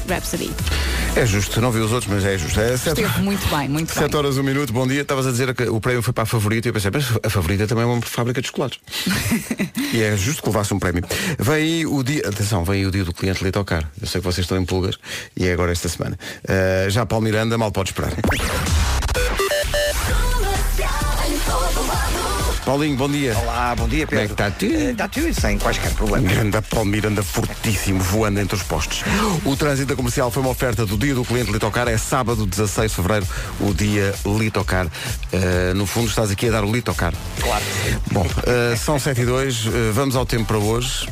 Rhapsody. É justo, não vi os outros, mas é justo. Esteve muito bem, muito 7 bem. horas, 1 minuto, bom dia. Estavas a dizer que o prémio foi para a Favorita e eu pensei, mas a Favorita também é uma fábrica de chocolates. E é justo que levasse um prémio. Vem aí o dia, atenção, vem aí o dia do cliente Litocar. Eu sei que vocês estão em pulgas e é agora esta semana. Já Paulo Miranda, mal pode esperar. Paulinho, bom dia. Olá, bom dia, Pedro. Como é que está tudo? Está tudo sem quaisquer problemas. Grande Paulo Miranda, fortíssimo, voando entre os postos. O trânsito da comercial foi uma oferta do dia do cliente Litocar. É sábado, 16 de fevereiro, o dia Litocar. No fundo, estás aqui a dar o Litocar. Claro. Bom, são 7h02, vamos ao tempo para hoje.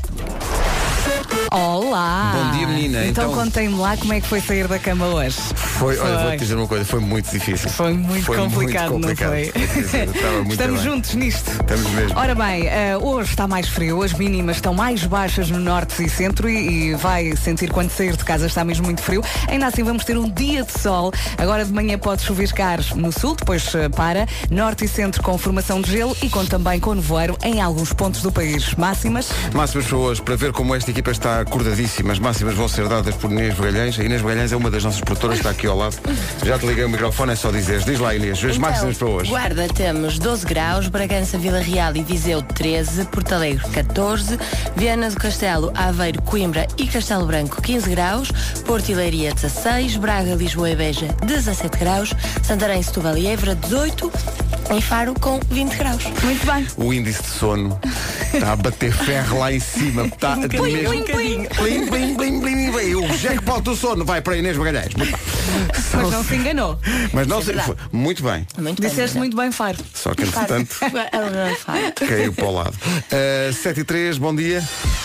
Olá! Bom dia, menina. Então Então contem-me lá como é que foi sair da cama hoje. Olha, vou-te dizer uma coisa, foi muito difícil. Foi muito complicado, não foi? Estamos juntos nisto. Estamos mesmo. Ora bem, hoje está mais frio, as mínimas estão mais baixas no norte e centro e vai sentir quando sair de casa está mesmo muito frio. Ainda assim vamos ter um dia de sol. Agora de manhã pode chuviscar no sul, depois para norte e centro com formação de gelo e também com nevoeiro em alguns pontos do país. Máximas para hoje, para ver como esta equipa está acordadíssima. As máximas vão ser dadas por Inês Magalhães. A Inês Magalhães é uma das nossas produtoras, está aqui ao lado. Já te liguei o microfone, é só dizer. Diz lá, Inês, as máximas para hoje. Guarda, temos 12 graus, Bragança, Vila Real e Viseu 13, Porto Alegre 14, Viana do Castelo, Aveiro, Coimbra e Castelo Branco 15 graus, Porto e Leiria 16, Braga, Lisboa e Beja 17 graus, Santarém, Setúbal e Évora 18, em Faro com 20 graus. Muito bem. O índice de sono está a bater ferro lá em cima. Está Plim, plim, plim. Plim, plim, plim, plim, plim. O jackpot do sono vai para a Inês Magalhães. Mas não se enganou. Mas não sei. Muito bem. Muito Disseste muito bem, Faro. Só que entretanto caiu para o lado. 7h03, bom dia.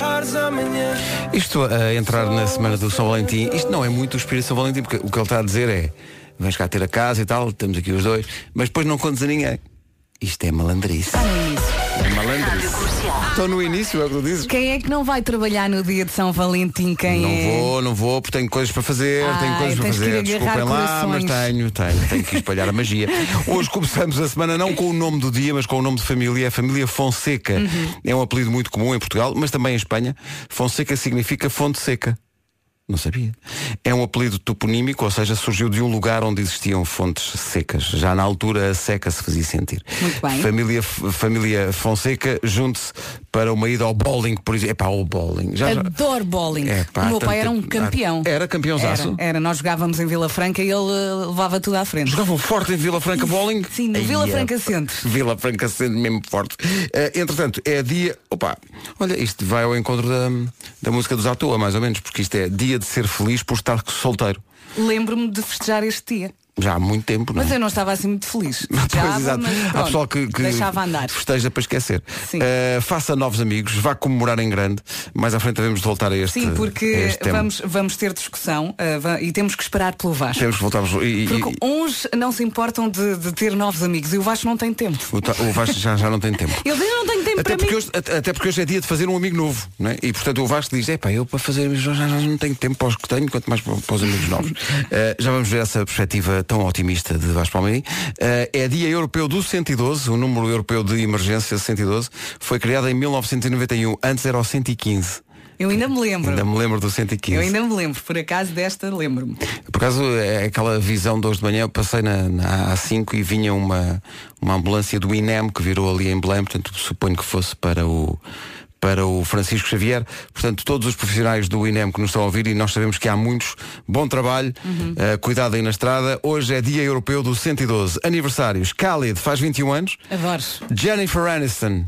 Isto a entrar na semana do São Valentim, isto não é muito o espírito de São Valentim, porque o que ele está a dizer é: vens cá ter a casa e tal, estamos aqui os dois, mas depois não contes a ninguém. Isto é malandrice. Está no início. É malandrice. Estou no início, é o que tu dizes. Quem é que não vai trabalhar no dia de São Valentim? Não vou, porque tenho coisas para fazer, Desculpem lá, mas tenho que espalhar a magia. Hoje começamos a semana não com o nome do dia, mas com o nome de família, a família Fonseca. É um apelido muito comum em Portugal, mas também em Espanha. Fonseca significa fonte seca. Não sabia. É um apelido toponímico, ou seja, surgiu de um lugar onde existiam fontes secas. Já na altura a seca se fazia sentir. Muito bem. Família Fonseca, junte-se para uma ida ao bowling, por exemplo. Ao bowling. Adoro bowling. O meu pai era um campeão. Era campeãozaço? Era. Nós jogávamos em Vila Franca e ele levava tudo à frente. Jogavam forte em Vila Franca bowling? Sim, no Vila Franca Centro. Vila Franca Centro, mesmo forte. Entretanto, é dia... olha, isto vai ao encontro da música dos Atua, mais ou menos, porque isto é dia de ser feliz por estar solteiro. Lembro-me de festejar este dia. Já há muito tempo, não é? Mas eu não estava assim muito feliz. Pois, exato. Há pessoal que deixava andar. festeja para esquecer. Faça novos amigos, vá comemorar em grande. Mais à frente devemos voltar a este. Sim, porque tema. vamos ter discussão e temos que esperar pelo Vasco. Temos que voltar porque uns não se importam de ter novos amigos e o Vasco não tem tempo. O Vasco já não tem tempo. Ele diz: não tenho tempo até para porque mim. até porque hoje é dia de fazer um amigo novo, não é? E portanto o Vasco diz: eu para fazer amigos já não tenho tempo para os que tenho, quanto mais para os amigos novos. Já vamos ver essa perspectiva tão otimista de Vasco Palmeirim. É dia europeu do 112, o número europeu de emergência 112 foi criado em 1991, antes era o 115. Eu ainda me lembro. Ainda me lembro do 115. Eu ainda me lembro, por acaso desta lembro-me. Por acaso é aquela visão de hoje de manhã, eu passei na A5 e vinha uma ambulância do INEM que virou ali em Belém, portanto suponho que fosse para o Francisco Xavier. Portanto, todos os profissionais do INEM que nos estão a ouvir, e nós sabemos que há muitos, bom trabalho, cuidado aí na estrada. Hoje é dia europeu do 112. Aniversários: Khalid faz 21 anos. Adoro. Jennifer Aniston,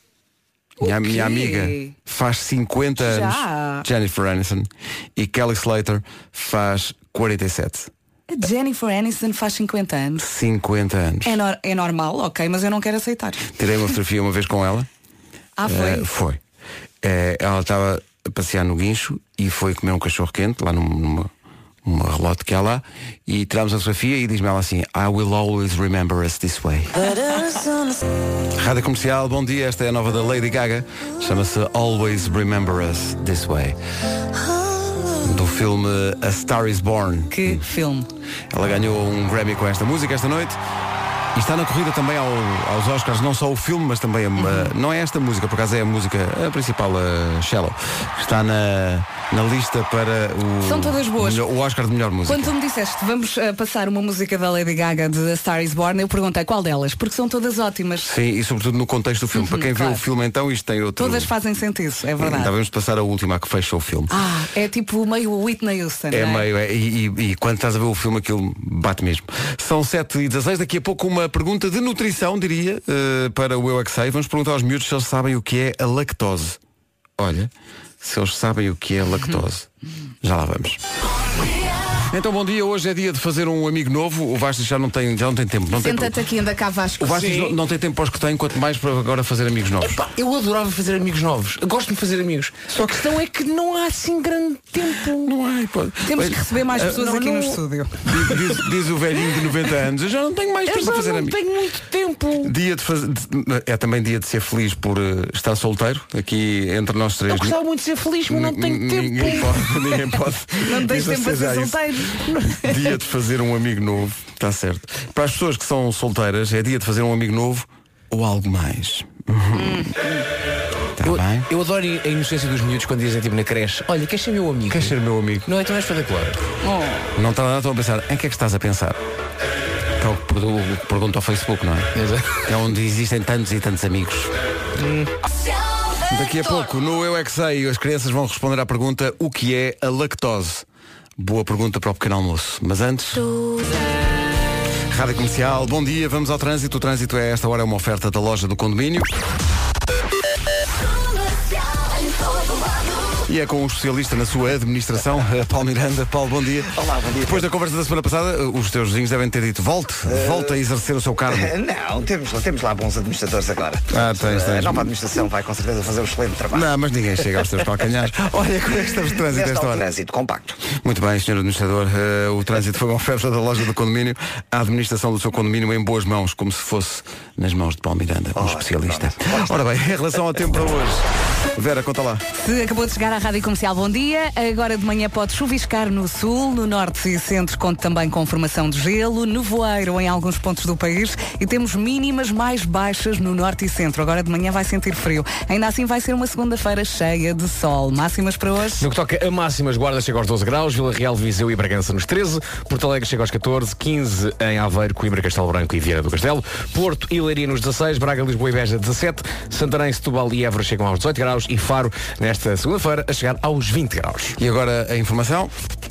minha amiga, faz 50 anos. Jennifer Aniston. E Kelly Slater faz 47. A Jennifer Aniston faz 50 anos. 50 anos. É normal, ok, mas eu não quero aceitar. Tirei uma fotografia uma vez com ela. Foi? Foi. Ela estava a passear no guincho e foi comer um cachorro quente lá numa relote que há lá, e tirámos a fotografia e diz-me ela assim: I will always remember us this way. Rádio Comercial, bom dia. Esta é a nova da Lady Gaga, chama-se Always Remember Us This Way, do filme A Star Is Born. Que filme. Ela ganhou um Grammy com esta música esta noite. E está na corrida também aos Oscars, não só o filme, mas também não é esta música, por acaso é a música a principal, a Shallow. Está na lista para São todas boas. O Oscar de melhor música. Quando tu me disseste, vamos passar uma música da Lady Gaga de A Star Is Born, eu perguntei qual delas, porque são todas ótimas. Sim, e sobretudo no contexto do filme. Para quem claro. vê o filme, então, isto tem outro... Todas fazem sentido, é verdade. Então vamos passar a última, a que fecha o filme. É tipo meio Whitney Houston, É não é? meio, e quando estás a ver o filme aquilo bate mesmo. São 7h16, daqui a pouco uma pergunta de nutrição, diria, para o Eu é que Sei. Vamos perguntar aos miúdos se eles sabem o que é a lactose. Olha, se eles sabem o que é a lactose. Já lá vamos. Então bom dia, hoje é dia de fazer um amigo novo. O Vasco já não tem tempo. Senta-te aqui, anda cá, Vasco. O Vasco não tem tempo para os que tem, quanto mais para agora fazer amigos novos. Epá, eu adorava fazer amigos novos. Eu gosto de fazer amigos. Só a questão é que não há assim grande tempo. Não há, pô. Temos que receber mais pessoas aqui no estúdio. Diz o velhinho de 90 anos, eu já não tenho mais tempo para fazer amigos. Eu não tenho muito tempo. É também dia de ser feliz por estar solteiro, aqui entre nós três. Eu gostava muito de ser feliz, mas não tenho tempo. Ninguém pode. Não tens tempo para ser solteiro. Dia de fazer um amigo novo, está certo. Para as pessoas que são solteiras, é dia de fazer um amigo novo ou algo mais. Bem? Eu adoro a inocência dos miúdos quando dizem tipo na creche: olha, queres ser meu amigo? Queres ser meu amigo? Não, então és espetacular. Não está nada, estão a pensar, em que é que estás a pensar? Que é o que pergunta ao Facebook, não é? É onde existem tantos e tantos amigos. Daqui a pouco, no Eu é que Sei, as crianças vão responder à pergunta: o que é a lactose? Boa pergunta para o pequeno almoço. Mas antes... Rádio Comercial, bom dia, vamos ao trânsito. O trânsito a esta hora é uma oferta da loja do condomínio. E é com um especialista na sua administração, Paulo Miranda. Paulo, bom dia. Olá, bom dia. Depois da conversa da semana passada, os teus vizinhos devem ter dito: volte a exercer o seu cargo. Não, temos lá bons administradores agora. Tens. A nova administração vai com certeza fazer um excelente trabalho. Não, mas ninguém chega aos teus calcanhares. Olha, como é que estamos de trânsito a esta hora? Trânsito compacto. Muito bem, Sr. Administrador. O trânsito foi uma oferta da loja do condomínio. A administração do seu condomínio em boas mãos, como se fosse nas mãos de Paulo Miranda, um especialista. Ora bem, em relação ao tempo para hoje, Vera, conta lá. Se acabou de chegar à Rádio Comercial, bom dia. Agora de manhã pode chuviscar no sul, no norte e centro, conta também com formação de gelo, nevoeiro em alguns pontos do país e temos mínimas mais baixas no norte e centro. Agora de manhã vai sentir frio. Ainda assim vai ser uma segunda-feira cheia de sol. Máximas para hoje? No que toca a máximas, Guarda chega aos 12 graus, Vila Real, Viseu e Bragança nos 13, Porto Alegre chega aos 14, 15 em Aveiro, Coimbra, Castelo Branco e Viana do Castelo, Porto e Leiria nos 16, Braga, Lisboa e Beja 17, Santarém, Setúbal e Évora chegam aos 18 graus e Faro nesta segunda-feira a chegar aos 20 graus. E agora a informação.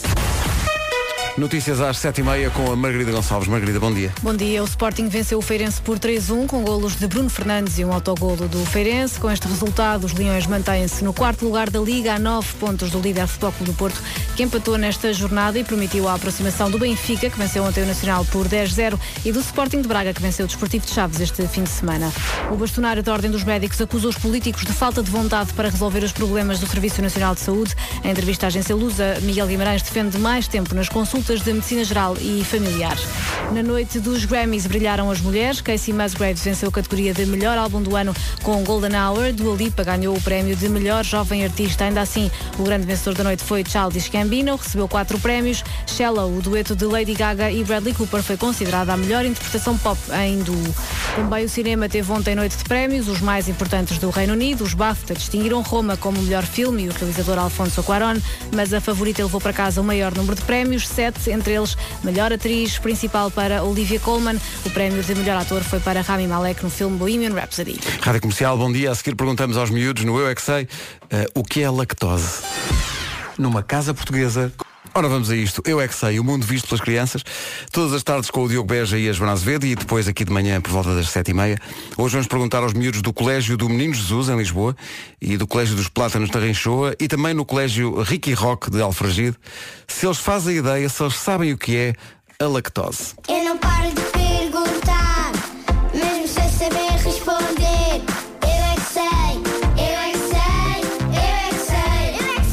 Notícias às 7h30 com a Margarida Gonçalves. Margarida, bom dia. Bom dia. O Sporting venceu o Feirense por 3-1 com golos de Bruno Fernandes e um autogolo do Feirense. Com este resultado, os Leões mantêm-se no 4º lugar da Liga, a 9 pontos do líder Futebol Clube do Porto, que empatou nesta jornada e permitiu a aproximação do Benfica, que venceu ontem o Nacional por 10-0, e do Sporting de Braga, que venceu o Desportivo de Chaves este fim de semana. O bastonário da Ordem dos Médicos acusou os políticos de falta de vontade para resolver os problemas do Serviço Nacional de Saúde. Em entrevista à agência Lusa, Miguel Guimarães defende mais tempo nas consultas de medicina geral e familiar. Na noite dos Grammys brilharam as mulheres. Casey Musgraves venceu a categoria de melhor álbum do ano com Golden Hour. Dua Lipa ganhou o prémio de melhor jovem artista. Ainda assim, o grande vencedor da noite foi Childish Gambino, recebeu 4 prémios. Shallow, o dueto de Lady Gaga e Bradley Cooper, foi considerada a melhor interpretação pop em duo. Também o cinema teve ontem noite de prémios, os mais importantes do Reino Unido. Os BAFTA distinguiram Roma como melhor filme e o realizador Alfonso Cuarón, mas a favorita levou para casa o maior número de prémios, 7, entre eles melhor atriz principal para Olivia Colman. O prémio de melhor ator foi para Rami Malek no filme Bohemian Rhapsody. Rádio Comercial, bom dia. A seguir perguntamos aos miúdos no Eu é que Sei o que é lactose. Numa casa portuguesa. Ora, vamos a isto. Eu é que sei, o mundo visto pelas crianças. Todas as tardes com o Diogo Beja e a Joana Azevedo e depois aqui de manhã por volta das 7h30. Hoje vamos perguntar aos miúdos do Colégio do Menino Jesus, em Lisboa, e do Colégio dos Plátanos na Rinchoa e também no Colégio Ricky Rock de Alfragide, se eles fazem ideia, se eles sabem o que é a lactose. Eu não paro de perguntar, mesmo sem saber responder. Eu é que sei, eu é que sei, eu é que sei, eu é que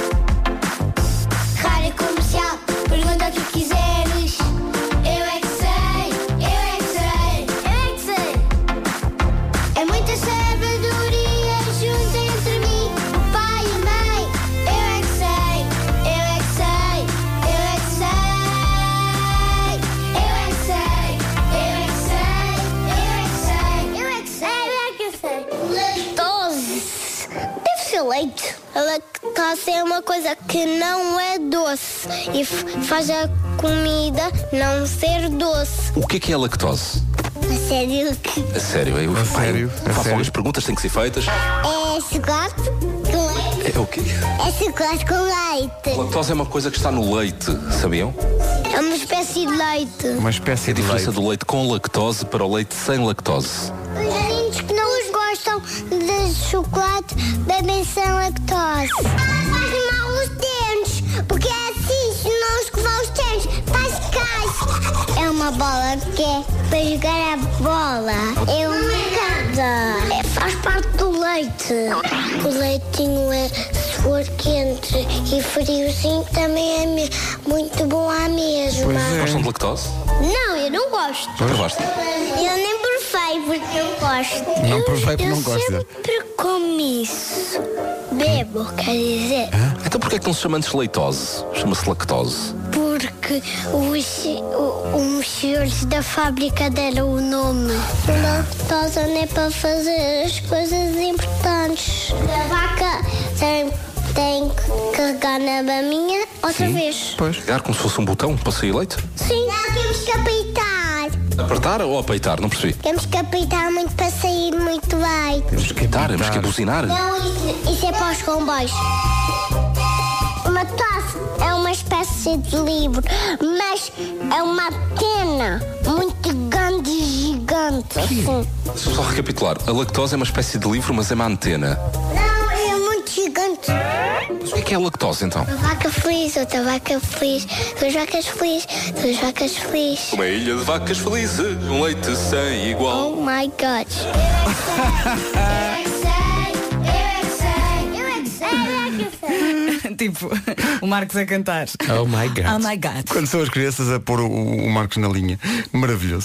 sei. Rádio Comercial, pergunta o que quiseres. Eu é que sei, eu é que sei, eu é que sei. É muita sabedoria junto entre mim, o pai e a mãe. Eu é que sei, eu é que sei, eu é que sei. Eu é que sei. leite. A lactose é uma coisa que não é doce e faz a comida não ser doce. O que é a lactose? A sério que... A sério? Façam as perguntas, têm que ser feitas. É chocolate com leite. É o quê? É chocolate com leite. A lactose é uma coisa que está no leite, sabiam? É uma espécie de leite. Uma espécie É a de diferença leite. do leite com lactose para o leite sem lactose. Os meninos que não gostam de chocolate bebem sem lactose. Faz mal os dentes, porque é assim, se não escovar os dentes, faz casca. É uma bola que é para jogar a bola. É uma casa. Faz parte do leite. O leitinho é, se for quente e friozinho, também é muito bom à mesma. Gostam de lactose? Não, eu não gosto. Não gosto. Eu nem provei porque não gosto. Não provei porque não gosto. Eu sempre como isso. Bebo, quer dizer. Então porquê é que não se chama antes leitose? Chama-se lactose. Porque os senhores da fábrica deram o nome. A lactose não é para fazer as coisas importantes. A vaca tem que carregar na maminha outra vez. Pois. Pegar como se fosse um botão para sair leite? Sim. Não, temos que apeitar. Apertar ou apeitar? Não percebi. Temos que apeitar muito para sair muito leite. Temos que apitar, temos que buzinar. Não, isso é para os comboios. Uma tosse é uma espécie de livro, mas é uma antena muito grande e gigante. Assim. Deixa-me só recapitular. A lactose é uma espécie de livro, mas é uma antena. Não, é muito gigante. Mas o que é a lactose, então? Uma vaca feliz, outra vaca feliz, duas vacas felizes, duas vacas felizes. Uma ilha de vacas felizes, um leite sem igual. Oh my God. Tipo, o Marcos a cantar. Oh my God. Oh my God. Quando são as crianças a pôr o Marcos na linha. Maravilhoso.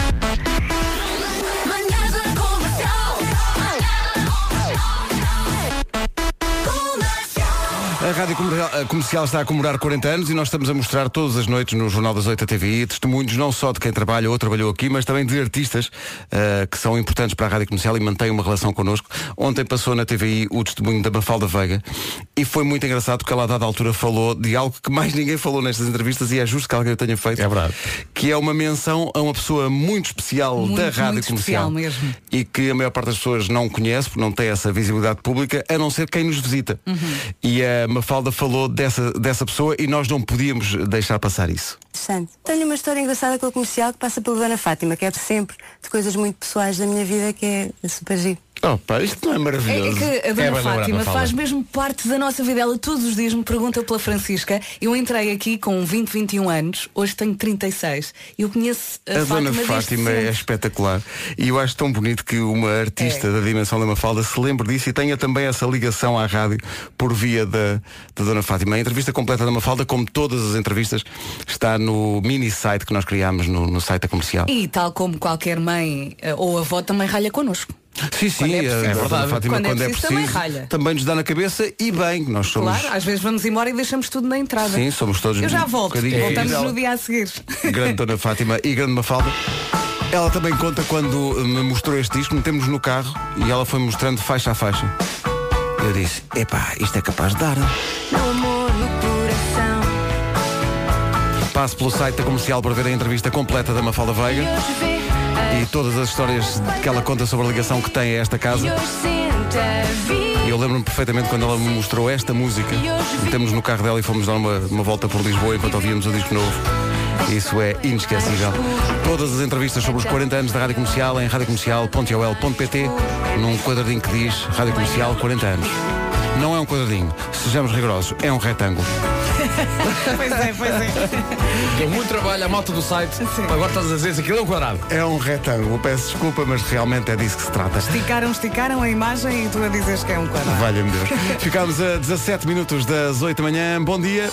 A Rádio Comercial está a comemorar 40 anos e nós estamos a mostrar todas as noites no Jornal das 8 da TVI testemunhos não só de quem trabalha ou trabalhou aqui, mas também de artistas que são importantes para a Rádio Comercial e mantêm uma relação connosco. Ontem passou na TVI o testemunho da Mafalda Veiga e foi muito engraçado porque ela a dada altura falou de algo que mais ninguém falou nestas entrevistas e é justo que alguém o tenha feito. É verdade. Que é uma menção a uma pessoa muito especial da Rádio muito Comercial especial mesmo. e que a maior parte das pessoas não conhece porque não tem essa visibilidade pública, a não ser quem nos visita. E a Mafalda falou dessa pessoa e nós não podíamos deixar passar isso. Tenho uma história engraçada com a Comercial que passa pela Dona Fátima, que é sempre de coisas muito pessoais da minha vida, que é super giro. Oh pá, isto não é maravilhoso. É que a Dona Fátima faz mesmo parte da nossa vida. Ela todos os dias me pergunta pela Francisca. Eu entrei aqui com 20, 21 anos, hoje tenho 36. Eu conheço a Fátima. Dona Fátima é espetacular. E eu acho tão bonito que uma artista da dimensão da Mafalda se lembre disso e tenha também essa ligação à rádio por via da Dona Fátima. A entrevista completa da Mafalda, como todas as entrevistas, está no mini site que nós criámos no site da Comercial. E tal como qualquer mãe ou avó também ralha connosco. Sim, é verdade. Fátima, quando é preciso também nos dá na cabeça e bem, nós somos... Claro, às vezes vamos embora e deixamos tudo na entrada. Sim, somos todos... Eu já volto, voltamos no dia a seguir. Grande Dona Fátima e grande Mafalda. Ela também conta quando me mostrou este disco, metemos no carro e ela foi mostrando faixa a faixa. Eu disse, epá, isto é capaz de dar. Meu amor no coração. Passe pelo site da Comercial para ver a entrevista completa da Mafalda Veiga e todas as histórias que ela conta sobre a ligação que tem a esta casa. E eu lembro-me perfeitamente quando ela me mostrou esta música. Metemos no carro dela e fomos dar uma volta por Lisboa enquanto ouvíamos o disco novo. Isso é inesquecível. Todas as entrevistas sobre os 40 anos da Rádio Comercial em radiocomercial.ol.pt, num quadradinho que diz Rádio Comercial 40 anos. Não é um quadradinho, sejamos rigorosos, é um retângulo. Pois é. Deu muito trabalho a malta do site. Agora estás a dizer que aquilo é um quadrado. É um retângulo, peço desculpa, mas realmente é disso que se trata. Esticaram a imagem e tu a dizes que é um quadrado. Valha-me Deus. Ficámos a 17 minutos das 8 da manhã. Bom dia.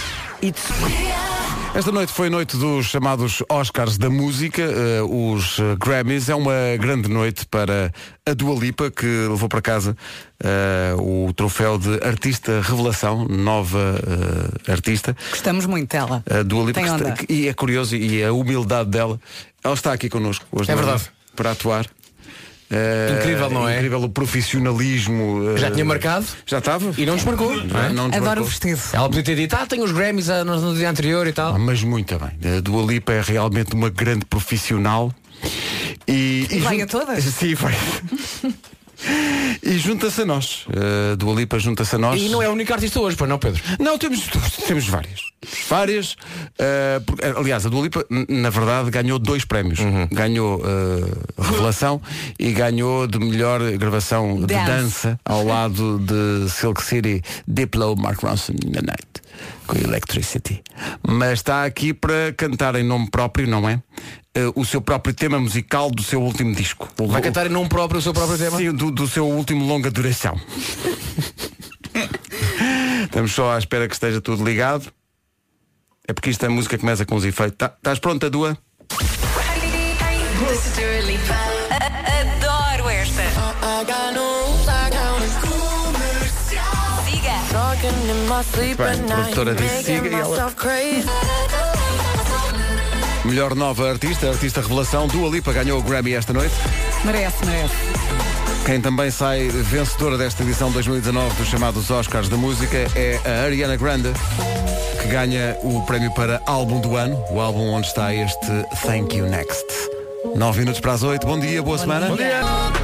Esta noite foi a noite dos chamados Oscars da música, os Grammys. É uma grande noite para a Dua Lipa, que levou para casa o troféu de Artista Revelação, nova artista. Gostamos muito dela. A Dua Lipa, e é curioso, e a humildade dela. Ela está aqui connosco hoje. É verdade. Para atuar. Incrível, não é? Incrível o profissionalismo. Já tinha marcado? Já estava. E não desmarcou. Adoro o vestido. Ela podia ter dito, tenho os Grammys no dia anterior e tal. Mas muito bem. A Dua Lipa é realmente uma grande profissional. E vai a todas? Sim, vai. E junta-se a nós. Dua Lipa junta-se a nós. E não é a única artista hoje, pois não, Pedro? Não, temos várias. Aliás, a Dua Lipa, na verdade, ganhou 2 prémios. Ganhou Revelação e ganhou de melhor gravação de dança ao lado de Silk City, Diplo, Mark Ronson in the Night, com Electricity. Mas está aqui para cantar em nome próprio, não é? O seu próprio tema musical do seu último disco. Vai cantar em nome próprio o seu próprio tema? Sim, do seu último longa duração. Estamos só à espera que esteja tudo ligado. É porque isto a música começa com os efeitos. Estás pronta, Dua? Adoro esta. Bem, a produtora disse siga e ela... Melhor nova artista revelação, Dua Lipa ganhou o Grammy esta noite. Merece. Quem também sai vencedora desta edição 2019 dos chamados Oscars da Música é a Ariana Grande, que ganha o prémio para Álbum do Ano, o álbum onde está este Thank You Next. 9 minutos para as 8, bom dia, boa semana. Bom dia.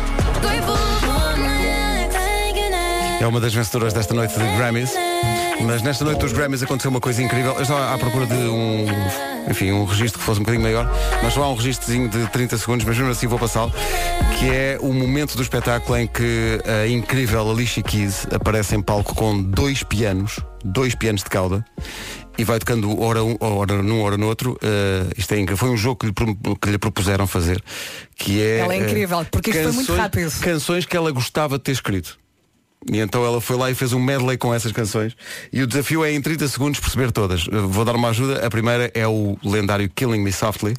É uma das vencedoras desta noite de Grammys. Mas nesta noite dos Grammys aconteceu uma coisa incrível. Eu estava à procura de um registro que fosse um bocadinho maior. Mas só há um registrozinho de 30 segundos, mas mesmo assim vou passá-lo. Que é o momento do espetáculo em que a incrível Alicia Keys aparece em palco com 2 pianos de cauda. E vai tocando ora num, ora no outro. Isto é incrível. Foi um jogo que lhe propuseram fazer. Que é, ela é incrível, porque isto foi muito rápido. Canções que ela gostava de ter escrito. E então ela foi lá e fez um medley com essas canções. E o desafio é em 30 segundos perceber todas. Vou dar uma ajuda. A primeira é o lendário Killing Me Softly.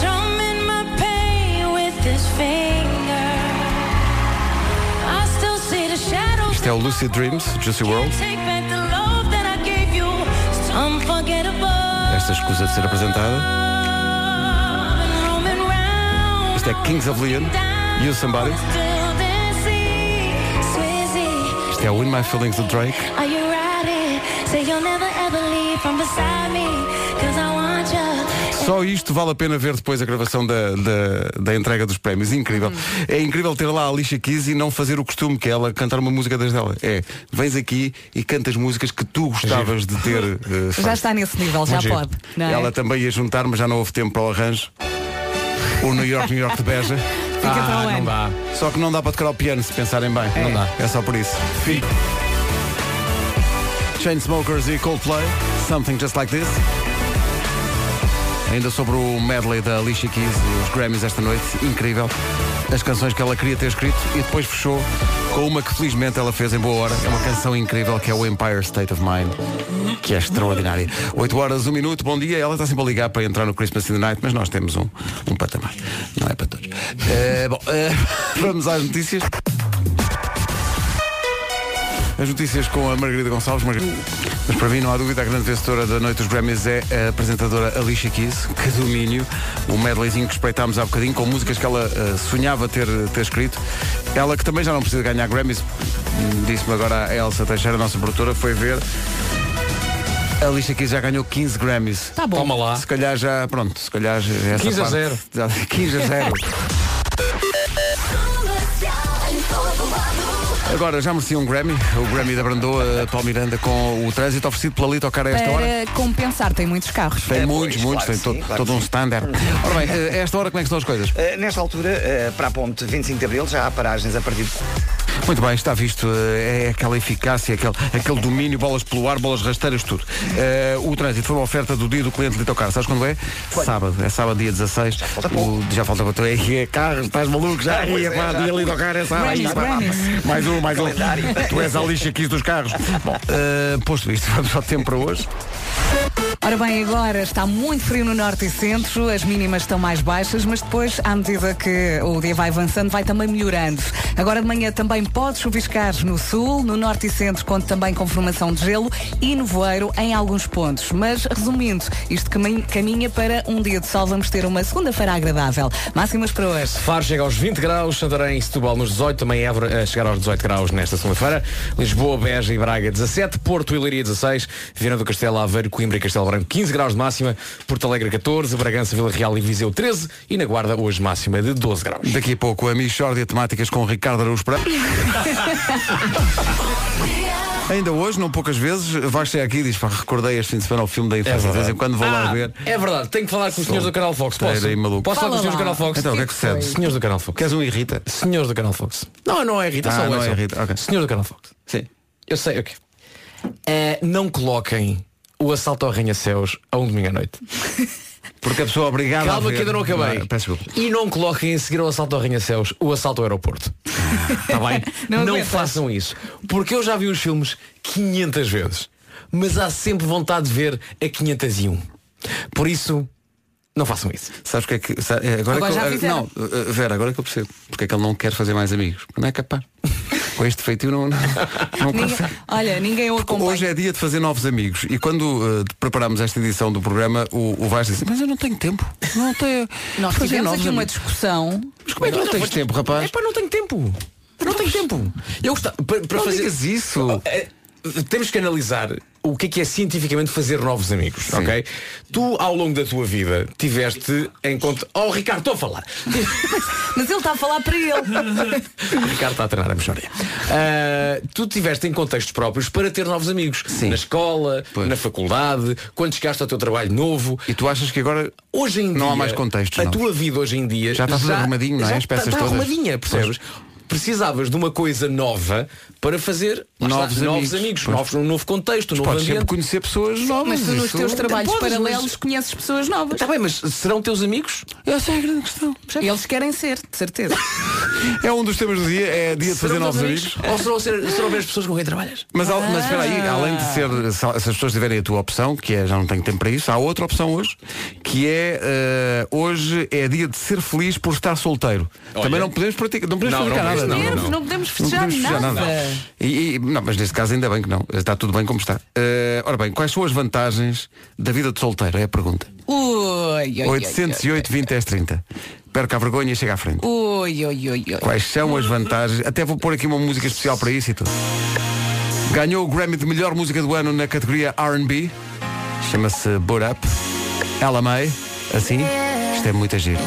Isto é o Lucid Dreams, Juicy World. Esta escusa de ser apresentada. Isto é Kings of Leon, You Somebody. Isto é Win My Feelings do Drake. Só isto vale a pena ver depois a gravação da entrega dos prémios. Incrível. É incrível ter lá a Alicia Keys e não fazer o costume que é ela cantar uma música desde ela. Vens aqui e cantas músicas que tu gostavas de ter feito. Já está nesse nível, já pode. Não é? Ela também ia juntar, mas já não houve tempo para o arranjo. O New York de Beja. Fica para o ano. Não dá. Só que não dá para tocar o piano se pensarem bem. Não dá. É só por isso. Chainsmokers e Coldplay, Something Just Like This. Ainda sobre o medley da Alicia Keys e os Grammys esta noite, incrível. As canções que ela queria ter escrito e depois fechou com uma que felizmente ela fez em boa hora. É uma canção incrível que é o Empire State of Mind, que é extraordinária. 8 horas, 1 minuto, bom dia. Ela está sempre a ligar para entrar no Christmas in the Night, mas nós temos um patamar. Não é para todos. Vamos às notícias. As notícias com a Margarida Gonçalves. Mas para mim não há dúvida, a grande vencedora da noite dos Grammys é a apresentadora Alicia Keys. Que domínio. O medleyzinho que espreitámos há bocadinho, com músicas que ela sonhava ter escrito. Ela que também já não precisa ganhar Grammys. Disse-me agora a Elsa Teixeira, a nossa produtora, foi ver. A Alicia Keys já ganhou 15 Grammys. Tá bom. Toma lá. Se calhar já, pronto, se calhar essa 15 a parte, 0. 15 a 0. Agora, já merecia um Grammy. O Grammy da Brandoa, Paulo Miranda, com o trânsito oferecido pela Lito Car a esta hora. Para compensar, tem muitos carros. Tem muitos, claro, tem sim, claro todo um standard. Ora bem, a esta hora como é que estão as coisas? Nesta altura, para a ponte 25 de Abril, já há paragens a partir de... Muito bem, está visto. É aquela eficácia, aquele domínio, bolas pelo ar, bolas rasteiras, tudo. O trânsito foi uma oferta do dia do cliente Lito Car. Sabes quando é? Sábado. É sábado, dia 16. Já falta pouco. É carros, estás maluco? Já ia para dia Lito Car, é sábado. Mais um. Tu és a Alicia Keys dos carros. Bom, posto isto, vamos ao tempo para hoje. Ora bem, agora está muito frio no norte e centro, as mínimas estão mais baixas, mas depois, à medida que o dia vai avançando, vai também melhorando. Agora de manhã também pode chuviscar no sul, no norte e centro, conta também com formação de gelo e nevoeiro em alguns pontos. Mas, resumindo, isto caminha para um dia de sol, vamos ter uma segunda-feira agradável. Máximas para hoje. Faro chega aos 20 graus, Santarém e Setúbal nos 18, também Évora a chegar aos 18 graus nesta segunda-feira, Lisboa, Beja e Braga 17, Porto e Leiria 16, Viana do Castelo, Aveiro, Coimbra e Castelo Branco 15 graus de máxima, Porto Alegre 14, Bragança, Vila Real e Viseu 13 e na Guarda hoje máxima de 12 graus. Daqui a pouco a Mixórdia Temáticas com Ricardo Araújo Pereira. Ainda hoje, não poucas vezes, vais sair aqui e diz, recordei este fim de semana o filme da infância, de vez em quando vou lá ver. É verdade, tenho que falar com os senhores do Canal Fox. Posso falar com os senhores do Canal Fox? Então, o que é que sucede? Senhores do Canal Fox. Queres um irrita? Senhores do Canal Fox. Não é irrita, não é irrita. Okay. Senhores do Canal Fox. Sim. Eu sei, ok. Não coloquem o assalto ao arranha-céus a um domingo à noite. Porque a pessoa obrigada Calma a ver... que ainda não acabei. E não coloquem a seguir ao assalto ao arranha-céus o assalto ao aeroporto. Está bem? Não façam isso. Porque eu já vi os filmes 500 vezes. Mas há sempre vontade de ver a 501. Por isso, não façam isso. Sabes o que é que... Agora não, Vera, agora é que eu percebo. Porque é que ele não quer fazer mais amigos. Não é capaz. Com este feitio não consegue. Olha, ninguém o acompanha. Hoje é dia de fazer novos amigos. E quando preparámos esta edição do programa, o Vasco disse, mas eu não tenho tempo. Não tenho. Nós tivemos aqui uma discussão. Mas como é que não tens tempo, rapaz? Não tenho tempo. Não tenho tempo. Eu gostava para fazer isso. Temos que analisar o que é cientificamente fazer novos amigos, ok? Tu, ao longo da tua vida, tiveste em conta... Oh, Ricardo, estou a falar. Mas ele está a falar para ele. O Ricardo está a treinar a mexória. Tu tiveste em contextos próprios para ter novos amigos. Sim. Na escola, na faculdade, quando chegaste ao teu trabalho novo. E tu achas que agora hoje em não dia, há mais contextos? A tua vida hoje em dia... Já está tudo arrumadinho, não é? As peças está todas. arrumadinha, percebes? Precisavas de uma coisa nova para fazer novos amigos, um novo contexto, um novo ambiente. Sempre conhecer pessoas novas. Mas tu nos teus trabalhos paralelos conheces pessoas novas. Está bem, mas serão teus amigos? Essa é a grande questão. Eles querem ser, de certeza. É um dos temas do dia, é dia de fazer novos amigos. Ou serão ver as pessoas com quem trabalhas? Mas espera aí, além de ser, se as pessoas tiverem a tua opção, que é já não tenho tempo para isso, há outra opção hoje, que é hoje é dia de ser feliz por estar solteiro. Olha, também não podemos praticar, não podemos fazer nada. Não podemos festejar nada. Não, mas neste caso ainda bem que não. Está tudo bem como está. Ora bem, quais são as vantagens da vida de solteiro? É a pergunta. 808 20 10 30. Perca a vergonha e chega à frente. Quais são as vantagens? Até vou pôr aqui uma música especial para isso e tudo. Ganhou o Grammy de melhor música do ano na categoria R&B. Chama-se Boot Up. Ella May. Assim. Isto é muito giro.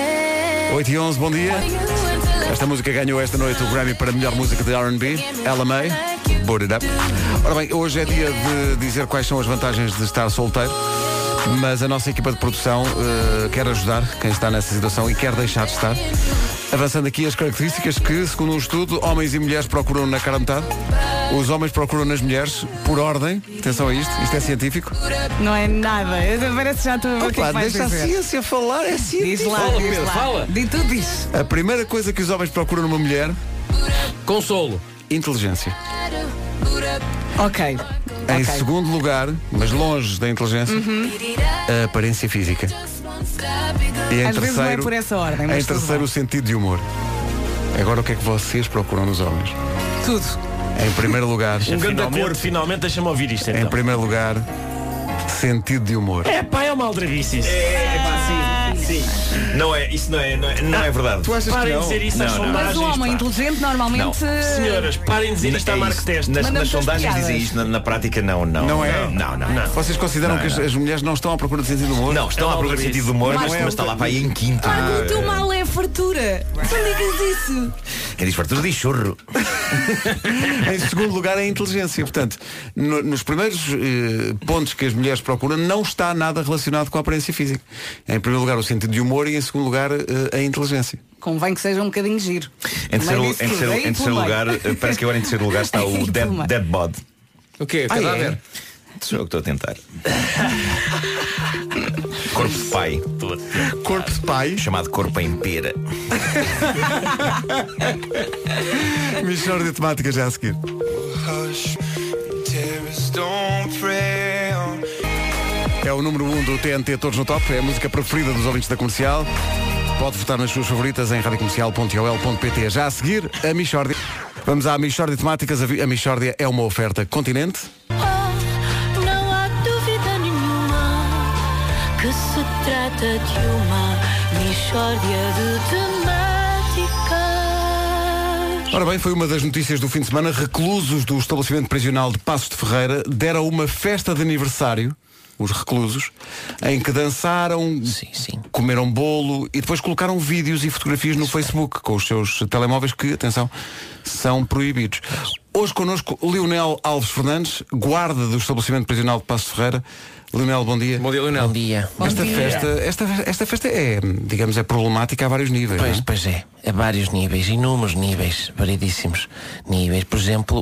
8 e 11, bom dia. Esta música ganhou esta noite o Grammy para melhor música de R&B. Ella May, Boot It Up. Ora bem, hoje é dia de dizer quais são as vantagens de estar solteiro. Mas a nossa equipa de produção quer ajudar quem está nessa situação e quer deixar de estar. Avançando aqui as características que, segundo um estudo, homens e mulheres procuram na cara metade. Os homens procuram nas mulheres por ordem. Atenção a isto é científico. Não é nada. Parece que já estou a ver o que é que vais dizer. Deixa a ciência falar, é científico. Diz lá, Pedro, fala. Diz tudo isso. A primeira coisa que os homens procuram numa mulher... Consolo. Inteligência. Ok. Em segundo lugar, mas longe da inteligência, a aparência física. E em Às terceiro, vezes não é por essa ordem. Em terceiro, o sentido de humor. Agora o que é que vocês procuram nos homens? Tudo. Em primeiro lugar, finalmente deixa-me ouvir isto então. Em primeiro lugar, sentido de humor. É uma aldrabice isso. Sim. Não é, isso não é verdade. Tu achas que não? De dizer isso nas sondagens. Mas o homem inteligente normalmente... Não. Senhoras, parem de dizer isto à Mark Test. Nas sondagens dizem isto, na prática não. Não é? Não. Vocês consideram que as mulheres não estão à procura de sentido de humor? Não, estão à procura de sentido de humor, mas está lá para aí em quinto. O teu mal é a fartura. Não digas isso. Quem diz fartura diz churro. Em segundo lugar, é a inteligência. Portanto, nos primeiros pontos que as mulheres procuram, não está nada relacionado com a aparência física. Em primeiro lugar, o sentido de humor e em segundo lugar, a inteligência. Convém que seja um bocadinho giro. Em terceiro lugar, parece que agora em terceiro lugar está o dead bod. O quê? Cadáver? Sou eu que estou a tentar. Corpo de pai. Corpo de pai? Chamado corpo em pera. Mixórdia Temáticas já a seguir. É o número 1 do TNT Todos no Top. É a música preferida dos ouvintes da Comercial. Pode votar nas suas favoritas em radiocomercial.ol.pt. Já a seguir, a Mixórdia. Vamos à Mixórdia de Temáticas. A Mixórdia é uma oferta Continente. Não há dúvida nenhuma que se trata de uma Mixórdia de Temáticas. Ora bem, foi uma das notícias do fim de semana. Reclusos do estabelecimento prisional de Passos de Ferreira deram uma festa de aniversário, os reclusos, em que dançaram, comeram bolo e depois colocaram vídeos e fotografias no Facebook com os seus telemóveis que, atenção, são proibidos. Hoje connosco Leonel Alves Fernandes, guarda do estabelecimento prisional de Passos de Ferreira. Leonel, bom dia. Bom dia, Leonel. Bom dia. Esta festa é, digamos, é problemática a vários níveis. Pois é. A vários níveis, inúmeros níveis, variedíssimos níveis. Por exemplo,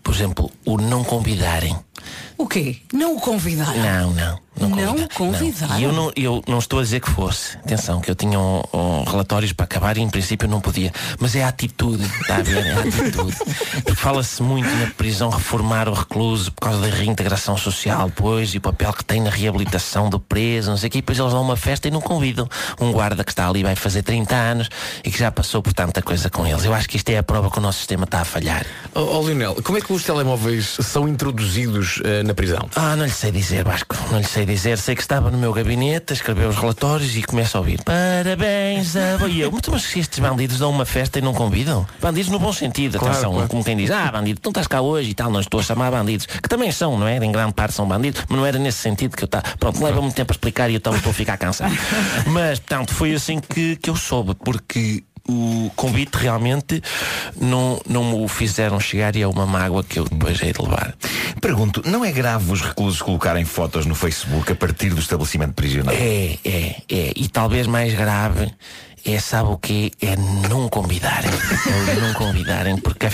o não convidarem. O quê? Não o convidaram? Não convidaram. Eu não estou a dizer que fosse. Atenção, que eu tinha relatórios para acabar e em princípio não podia. Mas é a atitude, está a ver? É a atitude. Porque fala-se muito na prisão reformar o recluso por causa da reintegração social, pois, e o papel que tem na reabilitação do preso, não sei o quê. E depois eles dão uma festa e não convidam um guarda que está ali, vai fazer 30 anos e que já passou por tanta coisa com eles. Eu acho que isto é a prova que o nosso sistema está a falhar. Leonel, como é que os telemóveis são introduzidos na prisão? Não lhe sei dizer, Vasco. Não lhe sei dizer. Sei que estava no meu gabinete a escrever os relatórios e começo a ouvir parabéns a... E eu, mas se estes bandidos dão uma festa e não convidam? Bandidos no bom sentido, atenção, claro. Como quem diz, bandido, tu não estás cá hoje e tal, não estou a chamar bandidos, que também são, não é? Em grande parte são bandidos, mas não era nesse sentido que eu estava. Pronto, leva muito tempo a explicar e eu estou a ficar cansado. Mas, portanto, foi assim que eu soube, porque o convite realmente não me o fizeram chegar e é uma mágoa que eu depois hei de levar. Pergunto, não é grave os reclusos colocarem fotos no Facebook a partir do estabelecimento prisional? É. E talvez mais grave sabe o quê? É não convidarem. Não convidarem, porque a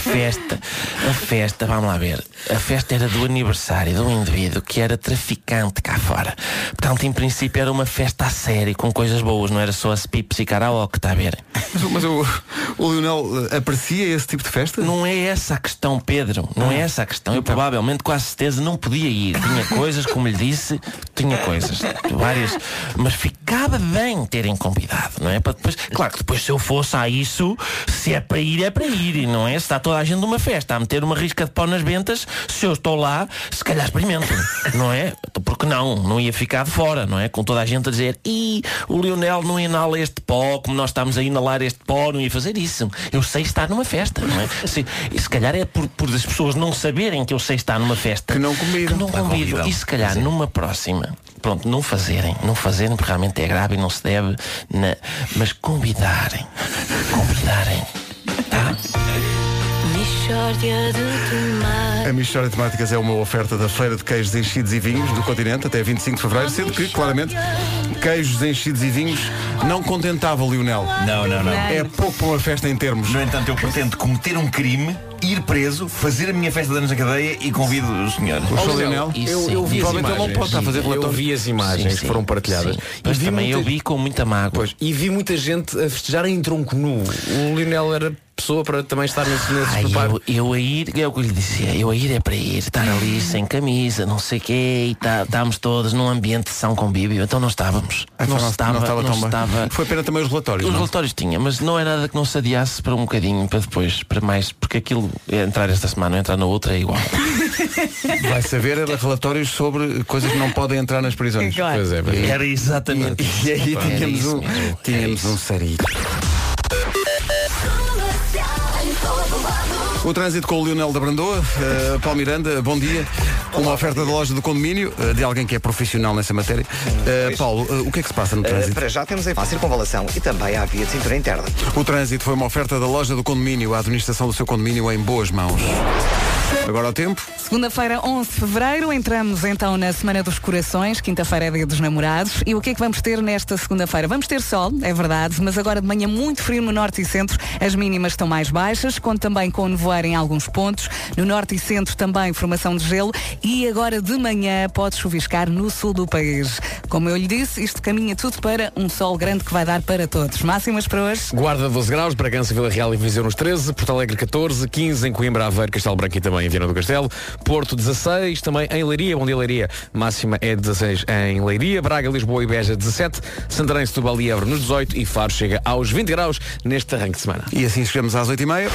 festa, vamos lá ver, a festa era do aniversário de um indivíduo que era traficante cá fora. Portanto, em princípio era uma festa a sério, com coisas boas, não era só as pipes e karaoke, está a ver? Mas o Leonel aprecia esse tipo de festa? Não é essa a questão, Pedro. Não é essa a questão. Eu provavelmente, com a certeza, não podia ir. Tinha coisas, como lhe disse, várias, mas ficava bem terem convidado, não é? Para depois, claro que depois se eu fosse a isso, se é para ir, não é? Se está toda a gente numa festa a meter uma risca de pó nas ventas, se eu estou lá, se calhar experimento, não é? Porque não ia ficar de fora, não é? Com toda a gente a dizer, o Leonel não inala este pó, como nós estamos a inalar este pó, não ia fazer isso. Eu sei estar numa festa, não é? Se calhar é por as pessoas não saberem que eu sei estar numa festa que não convidam. E se calhar numa próxima, pronto, não fazerem, porque realmente é grave e não se deve, mas convidarem, tá? A Mixórdia de Temáticas é uma oferta da Feira de Queijos Enchidos e Vinhos do Continente até 25 de Fevereiro, sendo que, claramente, queijos enchidos e vinhos não contentava o Leonel. Não. É pouco para uma festa em termos. No entanto, eu pretendo cometer um crime, ir preso, fazer a minha festa de anos na cadeia e convido o senhor. O Leonel? Eu vi as imagens. Ele não pode estar a fazer eu vi as imagens que foram partilhadas. Mas também eu vi com muita mágoa. E vi muita gente a festejar em tronco nu. O Leonel era pessoa para também estar nesse preparo. Eu a ir, é o que eu lhe dizia, eu a ir é para ir, estar ali sem camisa, não sei o quê, e estávamos todos num ambiente de são convívio, então não estávamos. Não estava. Foi pena também os relatórios. Os relatórios tinha, mas não era nada que não se adiasse para um bocadinho, para depois, para mais, porque aquilo entrar esta semana, entrar na outra é igual. Vai saber, era relatórios sobre coisas que não podem entrar nas prisões. Claro. Pois é. Era exatamente. E aí tínhamos um sarilho. O trânsito com o Leonel da Brandoa. Paulo Miranda, bom dia. Uma oferta da loja do condomínio, de alguém que é profissional nessa matéria. Paulo, o que é que se passa no trânsito? Para já temos a circunvalação e também a via de cintura interna. O trânsito foi uma oferta da loja do condomínio, a administração do seu condomínio em boas mãos. Agora ao tempo. Segunda-feira, 11 de Fevereiro, entramos então na Semana dos Corações, quinta-feira é dia dos namorados. E o que é que vamos ter nesta segunda-feira? Vamos ter sol, é verdade, mas agora de manhã muito frio no norte e centro. As mínimas estão mais baixas, conto também com nevoeiro em alguns pontos. No norte e centro também formação de gelo. E agora de manhã pode chuviscar no sul do país. Como eu lhe disse, isto caminha tudo para um sol grande que vai dar para todos. Máximas para hoje? Guarda 12 graus, Bragança, Vila Real e Viseu nos 13, Porto Alegre 14, 15 em Coimbra, Aveiro, Castelo Branco e também em Viana do Castelo, Porto 16, também em Leiria, bom dia Leiria, máxima é 16 em Leiria, Braga, Lisboa e Beja 17, Santarém, Setúbal e Évora nos 18 e Faro chega aos 20 graus neste arranque de semana. E assim chegamos às 8h30.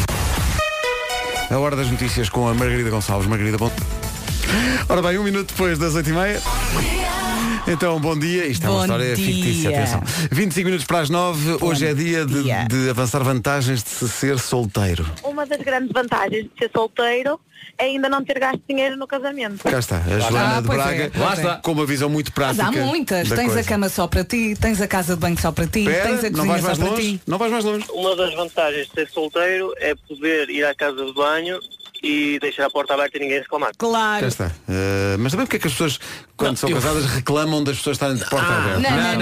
A hora das notícias com a Margarida Gonçalves. Margarida, bom. Ora bem, 1 minuto depois das 8h30. Então, bom dia. Isto é uma história fictícia, atenção. 25 minutos para as 9. Hoje é dia de avançar vantagens de se ser solteiro. Uma das grandes vantagens de ser solteiro é ainda não ter gasto dinheiro no casamento. Cá está, a Joana de Braga, com uma visão muito prática. Mas há muitas. Tens coisa. A cama só para ti, tens a casa de banho só para ti, tens a cozinha só para ti. Não vais mais longe. Uma das vantagens de ser solteiro é poder ir à casa de banho e deixar a porta aberta e ninguém reclamar. Claro. Já está. Mas também porque é que as pessoas, quando são casadas, reclamam das pessoas estarem de porta aberta?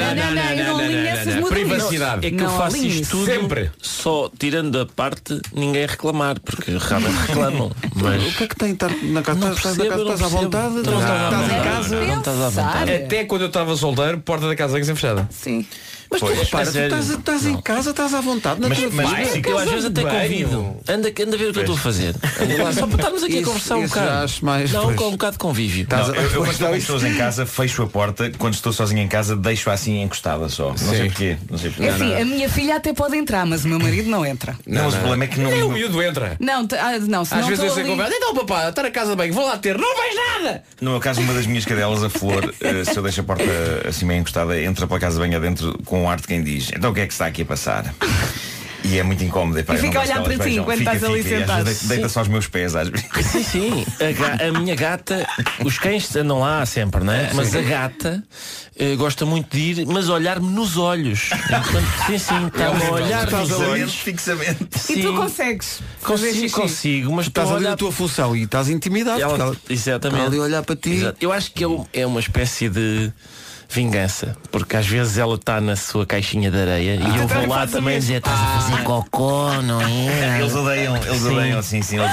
Não. Privacidade. É que eu faço isto tudo sempre. Só tirando a parte ninguém reclamar, porque realmente reclamam. Mas o que é que tem de estar na casa? Estás à vontade? Estás em casa? Não estás à vontade. Até quando eu estava solteiro, porta da casa sempre fechada. Sim. Mas tu repara, tu estás em casa, estás à vontade. Mas eu às vezes até convido. Anda a ver o que eu estou a fazer. Só para estarmos aqui a conversar um bocado. Não, com um bocado de convívio. Eu quando estou com pessoas em casa, fecho a porta. Quando estou sozinho em casa, deixo assim encostada só. Não sei porquê. Assim, a minha filha até pode entrar, mas o meu marido não entra. Não, mas o problema é que não. Nem o miúdo entra. Não, se às não vezes eu sei ali... conversa. Então papá, estar na casa bem, vou lá ter, não vais nada. No meu caso, uma das minhas cadelas, a Flor, se eu deixo a porta assim meio encostada, entra pela casa bem adentro com um ar de quem diz: então o que é que está aqui a passar? E é muito incómodo. E fica a olhar para ti enquanto estás ali sentado. Deita só os meus pés às vezes. Sim. A minha gata, os cães andam lá sempre, não é? Mas a gata gosta muito de ir, mas olhar-me nos olhos. Sim, está-me a olhar nos olhos fixamente. E tu consegues? Consigo, mas estás a olhar a tua função e estás intimidado. Exatamente. Ali a olhar para ti. Eu acho que é uma espécie de vingança, porque às vezes ela está na sua caixinha de areia e eu vou lá também dizer: estás a fazer cocó, não é? Eles odeiam, eles odeiam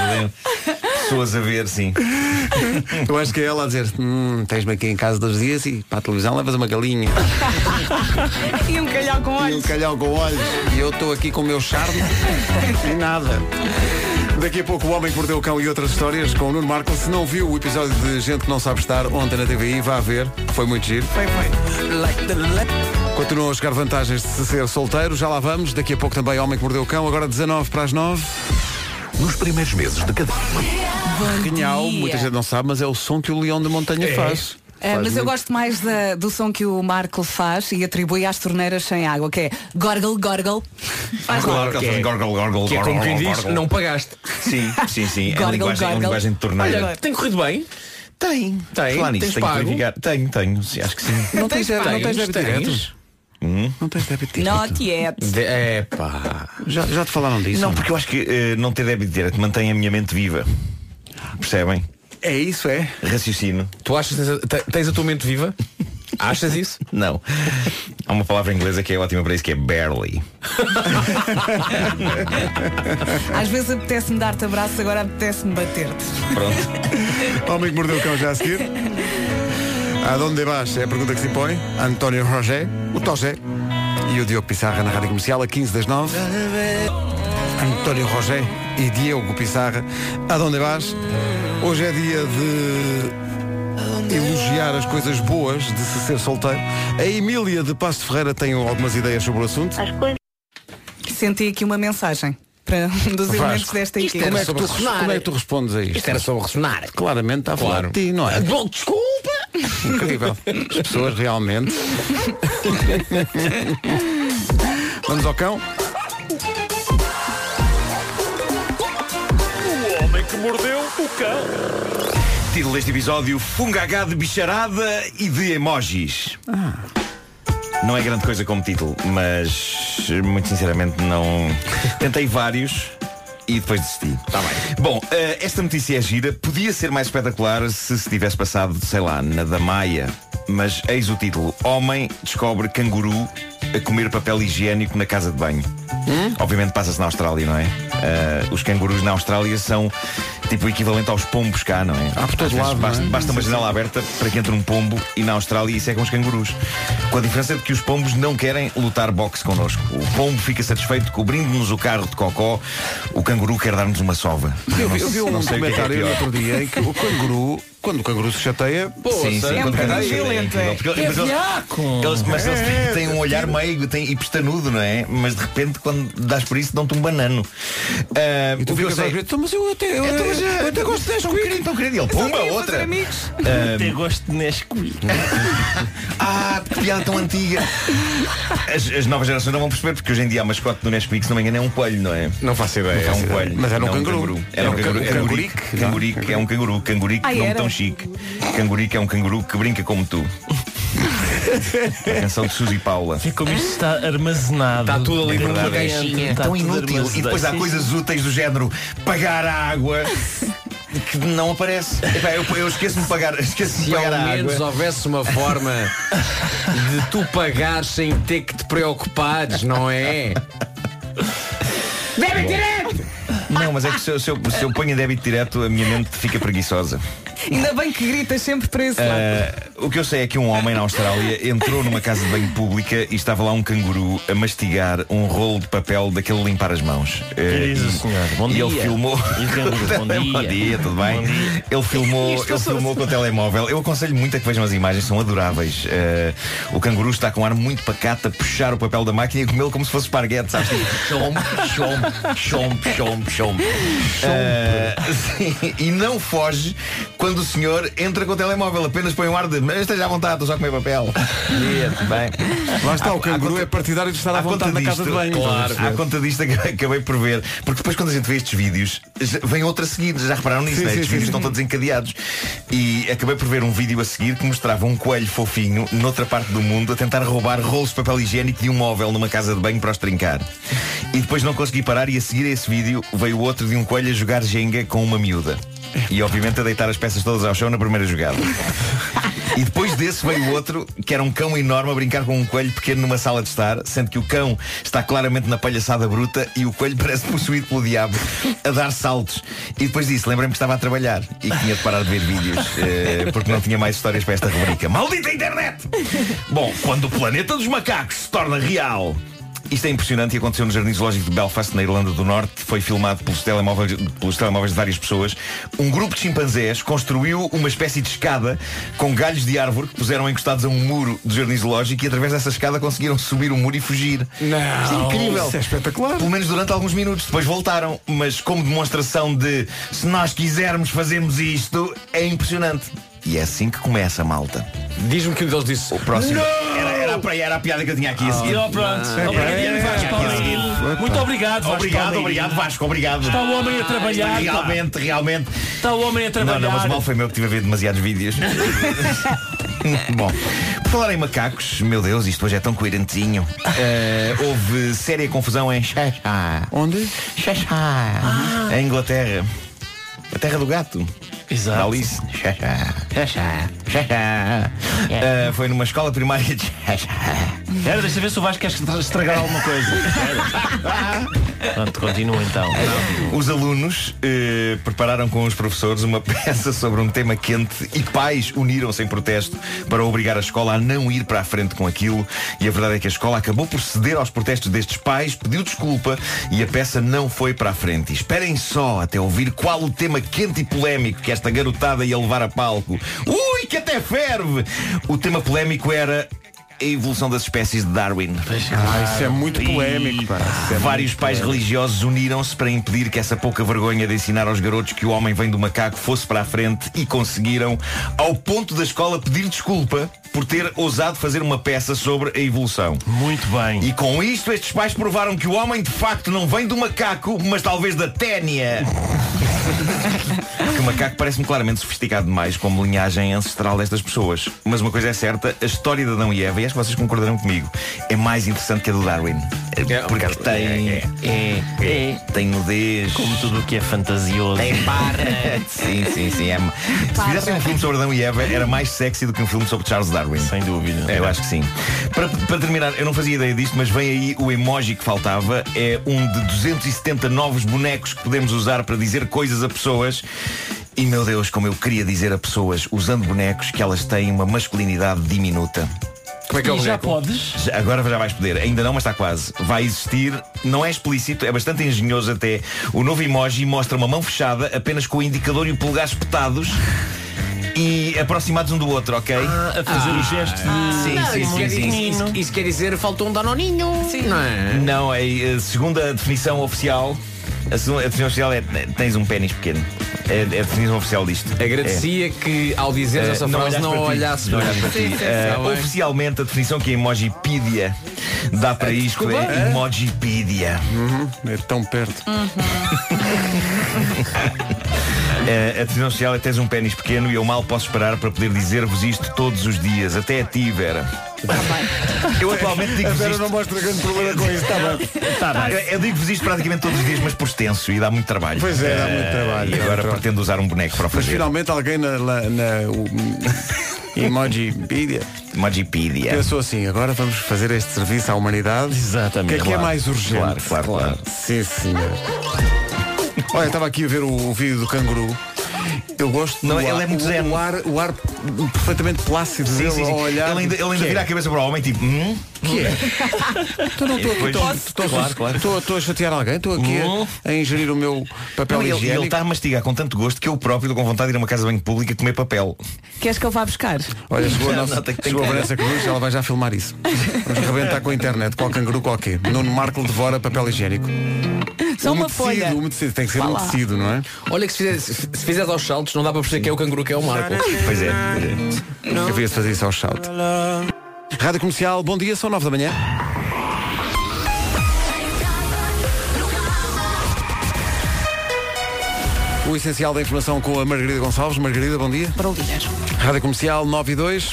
pessoas a ver, sim. Eu acho que é ela a dizer: tens-me aqui em casa 2 dias e para a televisão levas uma galinha e um calhau com olhos. E eu estou aqui com o meu charme e nada. Daqui a pouco o Homem que Mordeu o Cão e outras histórias com o Nuno Marco. Se não viu o episódio de Gente que Não Sabe Estar ontem na TVI, vá ver. Foi muito giro. Foi. Continuam a chegar vantagens de se ser solteiro. Já lá vamos. Daqui a pouco também Homem que Mordeu o Cão. Agora 19 para as 9. Nos primeiros meses de cada... Guinhau, muita gente não sabe, mas é o som que o leão de montanha faz. Mas eu gosto mais do som que o Marco faz e atribui às torneiras sem água, que é gorgle, gorgle. Claro que ele faz gorgle. Que é como quem diz, não pagaste. Sim. É uma linguagem de torneira. Olha, tem corrido bem? Tem. Falar nisso, tens pago? Tenho, acho que sim. Não tens débito direto? Não tens débito direto? Not yet. Já te falaram disso? Não, porque eu acho que não ter débito direto mantém a minha mente viva. Percebem? É isso, é? Raciocínio. Tu achas que tens a tua mente viva? Achas isso? Não. Há uma palavra inglesa que é ótima para isso, que é barely. Às vezes apetece-me dar-te abraço, agora apetece-me bater-te. Pronto. Homem que Mordeu o Cão já a seguir. Aonde vas? É a pergunta que se impõe. António Rogé, o Togé e o Diogo Pissarra na Rádio Comercial a 15 das 9. António Rogé e Diogo Pissarra. Aonde vas? Hoje é dia de elogiar as coisas boas de se ser solteiro. A Emília de Passo de Ferreira tem algumas ideias sobre o assunto. Senti aqui uma mensagem para um dos elementos desta equipe. Como é que tu respondes a isto? Isto era sobre ressonar. Claramente está a falar de ti, não é? Bom, desculpa! Incrível. As pessoas realmente. Vamos ao cão. O Homem que Mordeu o Cão. Título deste episódio: Fungagá de bicharada e de emojis. Não é grande coisa como título, mas muito sinceramente não. Tentei vários e depois desisti. Tá bem. Bom, esta notícia é gira. Podia ser mais espetacular se tivesse passado, sei lá, na Damaia. Mas eis o título: Homem descobre canguru a comer papel higiênico na casa de banho. Obviamente passa-se na Austrália, não é? Os cangurus na Austrália são tipo o equivalente aos pombos cá, não é? Por todo lado, basta uma janela aberta para que entre um pombo, e na Austrália isso é com os cangurus. Com a diferença de que os pombos não querem lutar boxe connosco. O pombo fica satisfeito cobrindo-nos o carro de cocó, o canguru quer dar-nos uma sova. Eu vi um comentário no outro dia em que o canguru, quando o canguru se chateia, sim, é um bocadinho violento. Eles têm um olhar meigo e pestanudo, não é? Mas de repente, quando dás por isso, dão-te um banano. E tu ficas a ver, mas eu até gosto de Nesquik. Então, querido, ele pumba, outra. Até gosto de Nesquik. Que piada tão antiga. As novas gerações não vão perceber, porque hoje em dia a mascote do Nesquik, se não me engano, é um coelho, não é? Não faço ideia. É um coelho. Mas era um canguru. Era um cangurique. Cangurique é um canguru. Cangurique não tão chique. Cangurique é um canguru que brinca como tu. A canção de Suzy Paula. Vê como isto está armazenado. Está tudo ali numa caixinha. Tão inútil. E depois há coisas úteis do género pagar a água, que não aparece. Eu esqueço-me de pagar, Se ao menos houvesse uma forma de tu pagares sem ter que te preocupares, não é? Débito direto! Não, mas é que se eu ponho a débito direto, a minha mente fica preguiçosa. Ainda bem que gritas sempre para esse lado. O que eu sei é que um homem na Austrália entrou numa casa de banho pública e estava lá um canguru a mastigar um rolo de papel daquele limpar as mãos. Bom dia. Ele filmou. Bom dia, tudo bem? Ele filmou com o telemóvel. Eu aconselho muito a que vejam as imagens, são adoráveis. O canguru está com um ar muito pacato a puxar o papel da máquina e a comê-lo como se fosse esparguete, sabes? Chomp. E não foge quando o senhor entra com o telemóvel, apenas põe um ar de mas esteja à vontade, estou só a comer papel. Bem. Lá está, o canguru é partidário de estar à vontade na casa de banho. Claro, à conta disto acabei por ver. Porque depois quando a gente vê estes vídeos, vem outra a seguir. Já repararam nisso, né? Estes vídeos estão todos encadeados. E acabei por ver um vídeo a seguir que mostrava um coelho fofinho noutra parte do mundo a tentar roubar rolos de papel higiênico de um móvel numa casa de banho para os trincar. E depois não consegui parar, e a seguir a esse vídeo veio outro de um coelho a jogar Jenga com uma miúda. E obviamente a deitar as peças todas ao chão na primeira jogada. E depois desse veio outro, que era um cão enorme a brincar com um coelho pequeno numa sala de estar, sendo que o cão está claramente na palhaçada bruta e o coelho parece possuído pelo diabo a dar saltos. E depois disso lembrei-me que estava a trabalhar e que tinha de parar de ver vídeos, porque não tinha mais histórias para esta rubrica. Maldita internet! Bom, quando o planeta dos macacos se torna real. Isto é impressionante e aconteceu no Jardim Zoológico de Belfast, na Irlanda do Norte. Foi filmado pelos telemóveis de várias pessoas. Um grupo de chimpanzés construiu uma espécie de escada com galhos de árvore que puseram encostados a um muro do Jardim Zoológico, e através dessa escada conseguiram subir o muro e fugir. Não, isto é incrível. Isso é espetacular. Pelo menos durante alguns minutos. Depois voltaram, mas como demonstração de se nós quisermos fazemos isto, é impressionante. E é assim que começa, malta. Diz-me que um deles disse o próximo. Era a piada que eu tinha aqui a seguir. Muito obrigado, Vasco. Obrigado, Vasco, obrigado. Está o homem a trabalhar. Realmente. Está o homem a trabalhar. Não, mas mal foi meu que estive a ver demasiados vídeos. Bom, por falar em macacos, meu Deus, isto hoje é tão coerentezinho. Houve séria confusão em Cheshire. Onde? Cheshire, em Inglaterra. A terra do gato. Exato. Alice. Foi numa escola primária de Era, deixa ver se o Vasco quer estragar alguma coisa. Pronto, continua então. Os alunos prepararam com os professores uma peça sobre um tema quente e pais uniram-se em protesto para obrigar a escola a não ir para a frente com aquilo. E a verdade é que a escola acabou por ceder aos protestos destes pais, pediu desculpa e a peça não foi para a frente. E esperem só até ouvir qual o tema quente e polémico que esta garotada ia levar a palco. Ui, que até ferve! O tema polémico era a evolução das espécies de Darwin. Isso é muito polémico. Vários pais religiosos uniram-se para impedir que essa pouca vergonha de ensinar aos garotos que o homem vem do macaco fosse para a frente, e conseguiram, ao ponto da escola pedir desculpa por ter ousado fazer uma peça sobre a evolução. Muito bem. E com isto estes pais provaram que o homem de facto não vem do macaco, mas talvez da ténia. Porque o macaco parece-me claramente sofisticado demais como linhagem ancestral destas pessoas. Mas uma coisa é certa, a história de Adão e Eva, e acho que vocês concordarão comigo, é mais interessante que a do Darwin. Porque tem nudez. Como tudo o que é fantasioso. Tem barra. Sim. Se fizessem um filme sobre Adão e Eva, era mais sexy do que um filme sobre Charles Darwin. Sem dúvida. Eu acho que sim. Para terminar, eu não fazia ideia disto, mas vem aí o emoji que faltava. É um de 270 novos bonecos que podemos usar para dizer coisas a pessoas. E meu Deus, como eu queria dizer a pessoas, usando bonecos, que elas têm uma masculinidade diminuta. Como é que é o boneco? Já podes? Agora já vais poder. Ainda não, mas está quase. Vai existir. Não é explícito, é bastante engenhoso até. O novo emoji mostra uma mão fechada, apenas com o indicador e o polegar espetados e aproximados um do outro, ok? A fazer o gesto de... Sim. Isso quer dizer faltou um danoninho. Sim. Não é? Não, segundo a definição oficial, a definição oficial é tens um pénis pequeno. É a definição oficial disto. Agradecia que ao dizer essa frase não olhasse para ti. Oficialmente a definição que a Emojipedia dá para isto é Emojipedia. É tão perto. A definição social é tens um pénis pequeno e eu mal posso esperar para poder dizer-vos isto todos os dias. Até a ti, Vera. Eu atualmente digo-vos isto. Não mostra grande problema com isso. Tá bem. Eu digo-vos isto praticamente todos os dias, mas por extenso, e dá muito trabalho. Pois é, dá muito trabalho. E agora pretendo usar um boneco para o fazer. Mas finalmente alguém na Emojipedia pensou assim, agora vamos fazer este serviço à humanidade. Exatamente. O que é mais urgente? Claro. Sim, senhor. Olha, estava aqui a ver o vídeo do canguru. Eu gosto do ele é muito zen. O ar perfeitamente plácido dele ao olhar. Ele ainda vira a cabeça para o homem tipo, que é? Estou a chatear alguém, estou aqui a ingerir o meu papel higiênico. Ele está a mastigar com tanto gosto que eu próprio estou com vontade de ir a uma casa de banho pública comer papel. Queres que eu vá buscar? Olha, chegou a Vanessa Cruz, ela vai já filmar isso. Vamos rebentar com a internet, qual canguru qualquer. Nuno Marco devora papel higiênico. Só uma folha. Umedecido, tem que ser umedecido, não é? Olha que se fizeres aos saltos não dá para perceber que é o canguru que é o Marco. Pois é. Havia-se fazer isso aos saltos. Rádio Comercial, bom dia, são 9 da manhã. O essencial da informação com a Margarida Gonçalves. Margarida, bom dia. Bom dia. Rádio Comercial 9 e 2.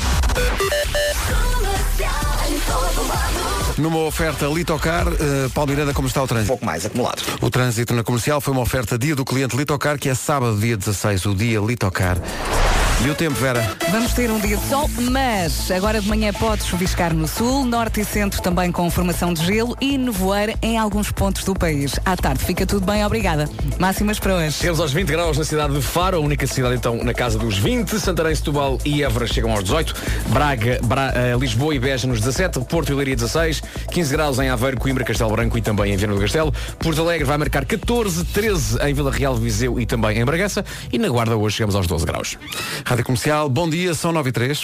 Numa oferta Litocar, Paulo Miranda, como está o trânsito? Um pouco mais acumulado. O trânsito na Comercial foi uma oferta dia do cliente Litocar, que é sábado, dia 16, o dia Litocar. E o tempo, Vera? Vamos ter um dia de sol, mas agora de manhã pode chuviscar no sul, norte e centro também com formação de gelo e nevoeiro em alguns pontos do país. À tarde fica tudo bem, obrigada. Máximas para hoje. Temos aos 20 graus na cidade de Faro, a única cidade então na casa dos 20. Santarém, Setúbal e Évora chegam aos 18. Braga, Lisboa e Beja nos 17. Porto e Leiria 16. 15 graus em Aveiro, Coimbra, Castelo Branco e também em Viana do Castelo. Porto Alegre vai marcar 14, 13 em Vila Real, Viseu e também em Bragança. E na Guarda hoje chegamos aos 12 graus. Rádio Comercial, bom dia, são 9 e 3.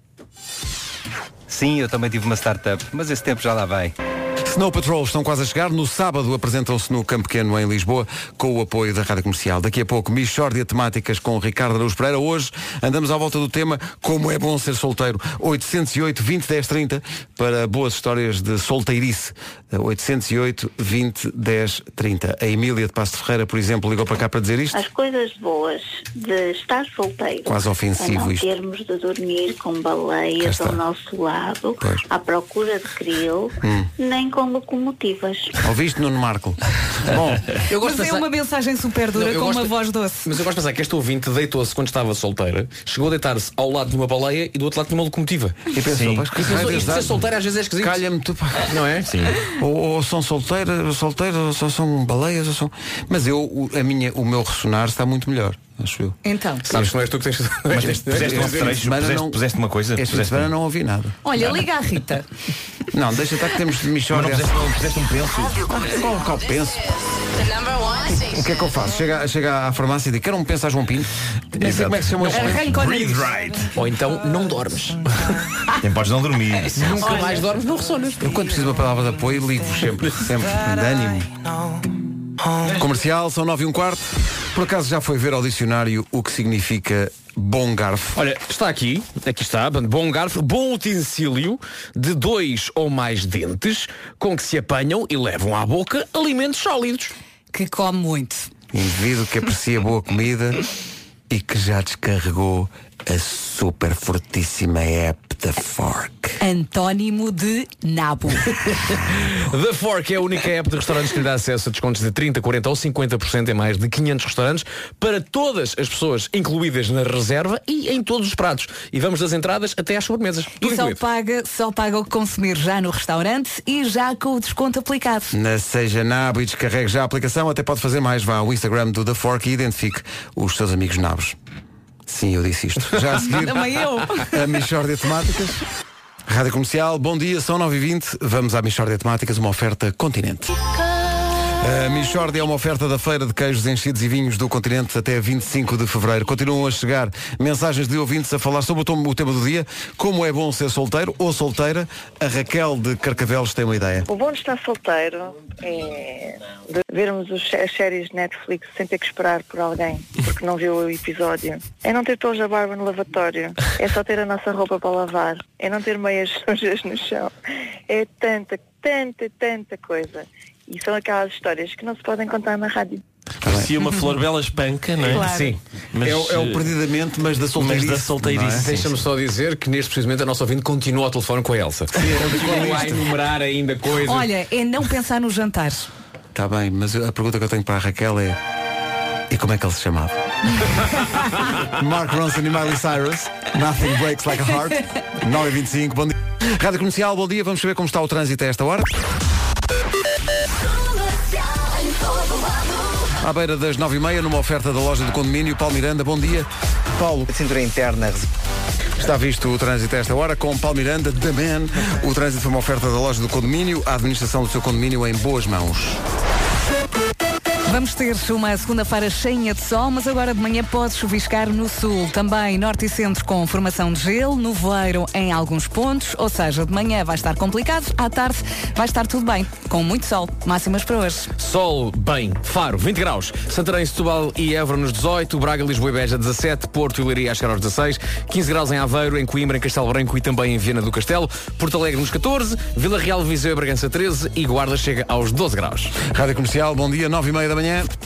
Sim, eu também tive uma startup, mas esse tempo já lá vai. Snow Patrol estão quase a chegar. No sábado apresentam-se no Campo Pequeno em Lisboa com o apoio da Rádio Comercial. Daqui a pouco, Mixórdia Temáticas com Ricardo Araújo Pereira. Hoje andamos à volta do tema Como é bom ser solteiro. 808 20 10 30 para boas histórias de solteirice. 808 20 10 30. A Emília de Passo de Ferreira, por exemplo, ligou para cá para dizer isto. As coisas boas de estar solteiro. Quase ofensivo é não isto. termos de dormir com baleias ao nosso lado, à procura de krill, nem com locomotivas. Ouviste, Nuno Marco? Bom, mas é uma mensagem super dura com uma voz doce. Mas eu gosto de pensar que este ouvinte deitou-se quando estava solteira, chegou a deitar-se ao lado de uma baleia e do outro lado de uma locomotiva. E pensou, isto de ser solteira às vezes é esquisito. Calha-me tu, pá. Não é? Sim. Ou são solteiras, ou são baleias, ou são... Mas o meu ressonar está muito melhor. Acho eu. Então. Sabes que não és tu que tens. Mas puseste uma coisa. Esta semana não ouvi nada. Olha, liga à Rita. Não, deixa estar que temos de Mixórdia. Não puseste um penso. Qual penso? O que é que eu faço? Chega à farmácia e digo, quero um penso a João Pinto. Nem sei como é que se chama Breathe right. Ou então não dormes. Nem podes não dormir. Nunca mais dormes, não ressonas. Eu quando preciso de uma palavra de apoio, ligo-vos sempre de ânimo. Comercial, são 9 e um quarto. Por acaso já foi ver ao dicionário o que significa bom garfo? Olha, está aqui está, bom garfo, bom utensílio de 2 ou mais dentes com que se apanham e levam à boca alimentos sólidos. Que come muito. Indivíduo que aprecia boa comida e que já descarregou a super fortíssima app The Fork. Antónimo de nabo. The Fork é a única app de restaurantes que lhe dá acesso a descontos de 30%, 40% ou 50% em mais de 500 restaurantes para todas as pessoas incluídas na reserva e em todos os pratos. E vamos das entradas até às sobremesas. E só paga o que consumir já no restaurante e já com o desconto aplicado. Seja nabo e descarregue já a aplicação. Até pode fazer mais. Vá ao Instagram do The Fork e identifique os seus amigos nabos. Sim, eu disse isto. Já a seguir, também eu. A Mixórdia de Temáticas. Rádio Comercial, bom dia, são 9h20. Vamos à Mixórdia de Temáticas, uma oferta Continente. A Mixórdia é uma oferta da Feira de Queijos, Enchidos e Vinhos do Continente até 25 de fevereiro. Continuam a chegar mensagens de ouvintes a falar sobre o tema do dia. Como é bom ser solteiro ou solteira? A Raquel de Carcavelos tem uma ideia. O bom de estar solteiro é de vermos as séries de Netflix sem ter que esperar por alguém porque não viu o episódio. É não ter todos a barba no lavatório. É só ter a nossa roupa para lavar. É não ter meias sujas no chão. É tanta coisa. E são aquelas histórias que não se podem contar na rádio. Parecia uma flor bela espanca, não é? Claro. Sim. Mas, é o perdidamente, mas da solteirice. É? Deixa-me só dizer que neste precisamente a nossa ouvinte continua ao telefone com a Elsa. Continua a enumerar ainda coisas. Olha, é não pensar nos jantares. Está bem, mas a pergunta que eu tenho para a Raquel é: e como é que ele se chamava? Mark Ronson e Miley Cyrus, Nothing Breaks Like a Heart. 9h25, bom dia. Rádio Comercial, bom dia. Vamos saber como está o trânsito a esta hora. À beira das 9h30, numa oferta da loja do condomínio, Paulo Miranda, bom dia. Paulo. A cintura interna. Está visto o trânsito a esta hora com Paulo Miranda, The Man. O trânsito foi uma oferta da loja do condomínio, a administração do seu condomínio em boas mãos. Vamos ter uma segunda-feira cheinha de sol, mas agora de manhã pode chuviscar no sul. Também norte e centro com formação de gelo, nevoeiro em alguns pontos, ou seja, de manhã vai estar complicado, à tarde vai estar tudo bem, com muito sol. Máximas para hoje. Sol, bem, Faro, 20 graus. Santarém, Setúbal e Évora nos 18, Braga, Lisboa e Beja 17, Porto e Leiria a chegar aos 16, 15 graus em Aveiro, em Coimbra, em Castelo Branco e também em Viana do Castelo, Porto Alegre nos 14, Vila Real, Viseu e Bragança 13 e Guarda chega aos 12 graus. Rádio Comercial, bom dia, 9h30 da manhã.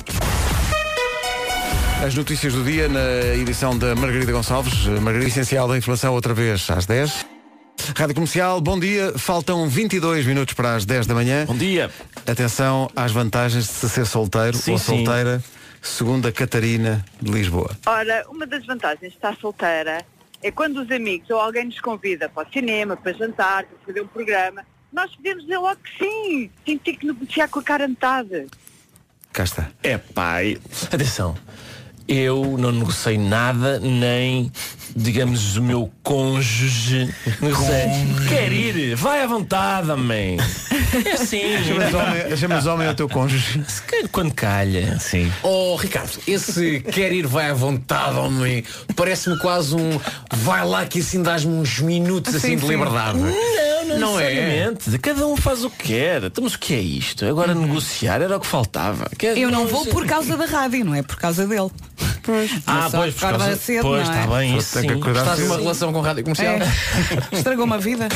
As notícias do dia na edição da Margarida Gonçalves. Margarida, essencial da informação outra vez às 10. Rádio Comercial, bom dia. Faltam 22 minutos para as 10 da manhã. Bom dia. Atenção às vantagens de se ser solteiro ou solteira, segundo a Catarina de Lisboa. Ora, uma das vantagens de estar solteira é quando os amigos ou alguém nos convida para o cinema, para jantar, para fazer um programa, nós podemos dizer logo que sim, sem ter que negociar com a cara metade. Cá está. É pai. Atenção. Eu não negociei nada, nem, digamos, o meu cônjuge quer ir, vai à vontade, amém. É assim. Chamas homem ao teu cônjuge. Quando calha, sim. Oh, Ricardo, esse quer ir, vai à vontade, homem. Parece-me quase um vai lá que assim dás-me uns minutos assim de liberdade. Não necessariamente. É. Cada um faz o que quer. Então, mas o que é isto? Agora negociar era o que faltava. Eu não vou por causa da rádio, não é por causa dele. Pois. Pois, por causa cedo, pois, não é? Está bem, isso sim. Estás numa relação com rádio comercial? Estragou-me a vida.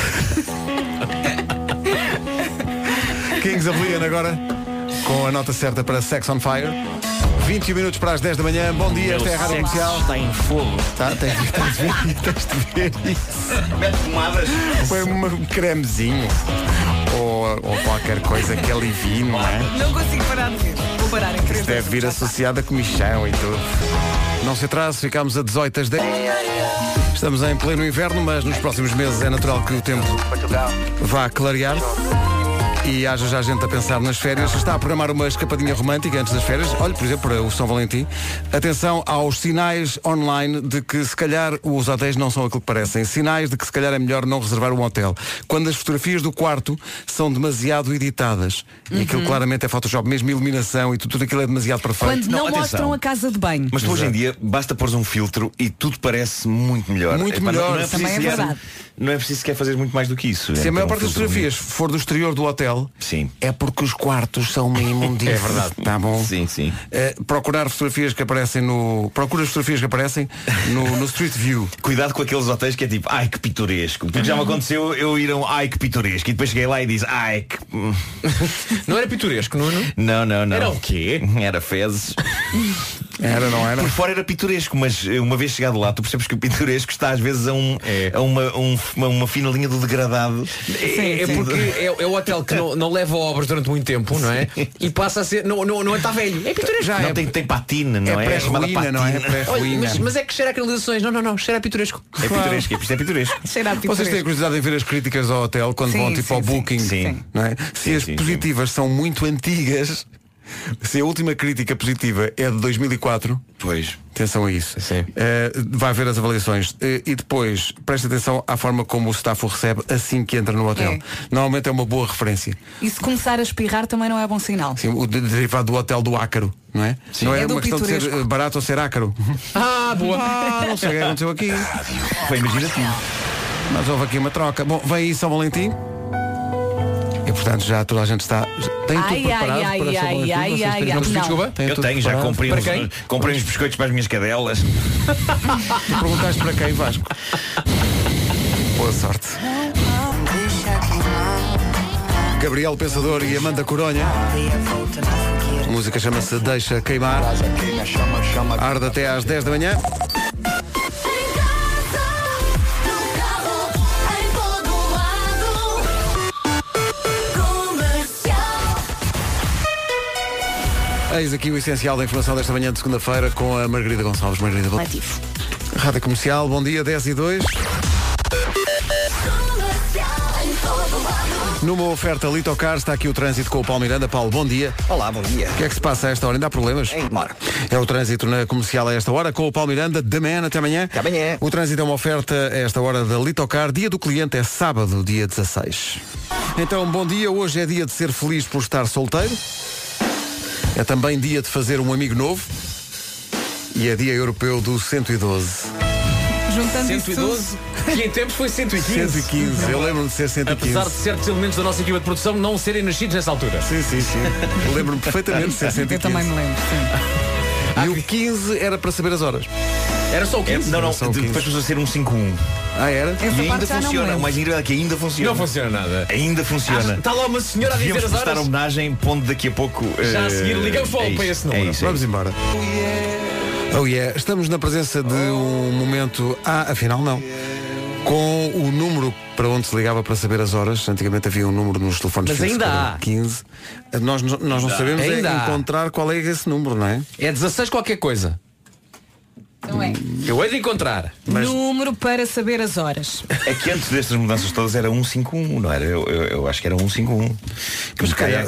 Kings of Leon agora, com a nota certa para Sex on Fire. 21 minutos para as 10 da manhã. Bom dia, esta é a Rádio Comercial. Está em fogo. Tá, tens de ver isso. Mete pomadas. Foi um cremezinho. Ou qualquer coisa que alivie, não é? Não consigo parar de ver. Vou parar em 3 deve vir associado a comichão e tudo. Não se atrase, ficamos a 18 às 10. Estamos em pleno inverno, mas nos próximos meses é natural que o tempo vá clarear. E haja já gente a pensar nas férias. Está a programar uma escapadinha romântica antes das férias. Olha, por exemplo, para o São Valentim. Atenção aos sinais online de que se calhar os hotéis não são aquilo que parecem. Sinais de que se calhar é melhor não reservar um hotel. Quando as fotografias do quarto são demasiado editadas. E aquilo claramente é Photoshop, mesmo iluminação e tudo aquilo é demasiado perfeito. Quando não mostram a casa de banho. Mas hoje em dia basta pôr um filtro e tudo parece muito melhor. Muito melhor. Não é também é verdade. Não é preciso sequer fazer muito mais do que isso. Se a maior parte das fotografias for do exterior do hotel, sim, é porque os quartos são uma imundícia. É verdade. Tá bom? Sim, sim. Procurar fotografias que aparecem Procura as fotografias que aparecem no Street View. Cuidado com aqueles hotéis que é tipo, ai que pitoresco. Porque já me aconteceu eu ir a um ai que pitoresco. E depois cheguei lá e disse, ai que... Não era pitoresco, Nuno? Não. Era o quê? Era fezes. Era, não era? Por fora era pitoresco, mas uma vez chegado lá, tu percebes que o pitoresco está às vezes a uma fina linha do degradado. Porque é o hotel que não leva obras durante muito tempo, não é? E passa a ser. Não está velho. É pitoresco. Já não, tem patina, não é? Pré-ruína, não é? Pré-ruína. Mas é que cheira a canalizações. Não, cheira a pitoresco. É pitoresco, isto é pitoresco. Vocês têm curiosidade em ver as críticas ao hotel quando vão tipo ao Booking? Sim. Não é? Se as positivas são muito antigas, se a última crítica positiva é de 2004, pois, atenção a isso. Vai ver as avaliações e depois presta atenção à forma como o staff o recebe assim que entra no hotel. Normalmente é uma boa referência. E se começar a espirrar também não é bom sinal. Sim, o derivado do hotel do ácaro, não é? Sim. Não é uma questão de ser barato ou ser ácaro. Boa. Não sei o que aconteceu aqui. Foi imaginativo. Mas houve aqui uma troca. Bom, vem aí São Valentim. E portanto já toda a gente está. Tem tudo preparado para São Valentim? Eu tenho, já comprei uns biscoitos para as minhas cadelas. Tu perguntaste para quem, Vasco? Boa sorte. Gabriel Pensador e Amanda Coronha. A música chama-se Deixa Queimar. Arde até às 10 da manhã. Eis aqui o essencial da informação desta manhã de segunda-feira com a Margarida Gonçalves. Margarida, bom dia. Rádio Comercial, bom dia, 10:02. Numa oferta Litocar, está aqui o trânsito com o Paulo Miranda. Paulo, bom dia. Olá, bom dia. O que é que se passa a esta hora? Ainda há problemas? É o trânsito na Comercial a esta hora com o Paulo Miranda. The Man, até amanhã. Até amanhã. O trânsito é uma oferta a esta hora da Litocar. Dia do cliente é sábado, dia 16. Então, bom dia. Hoje é dia de ser feliz por estar solteiro. É também dia de fazer um amigo novo. E é dia europeu do 112. Juntando 112? Que em tempos foi 115. 115, eu lembro-me de ser 115. Apesar de certos elementos da nossa equipa de produção não serem nascidos nessa altura. Sim. Eu lembro-me perfeitamente de ser 115. Eu também me lembro, sim. E o 15 era para saber as horas. Era só o 15? Não, depois passou a ser um 51. Era? E ainda funciona. O mais incrível é que ainda funciona. Não funciona nada. Ainda funciona. Está lá uma senhora a dizer as horas. Devíamos prestar homenagem, pondo daqui a pouco. Já a seguir ligamos para esse número. Vamos embora. Oh yeah, estamos na presença de um momento. Afinal não. Com o número para onde se ligava para saber as horas. Antigamente havia um número nos telefones fixos. Mas ainda há 15. Nós não sabemos encontrar qual é esse número, não é? É 16 qualquer coisa. Não é? Eu hei de encontrar. Número para saber as horas. É que antes destas mudanças todas era 151, não era? Eu acho que era 151. Que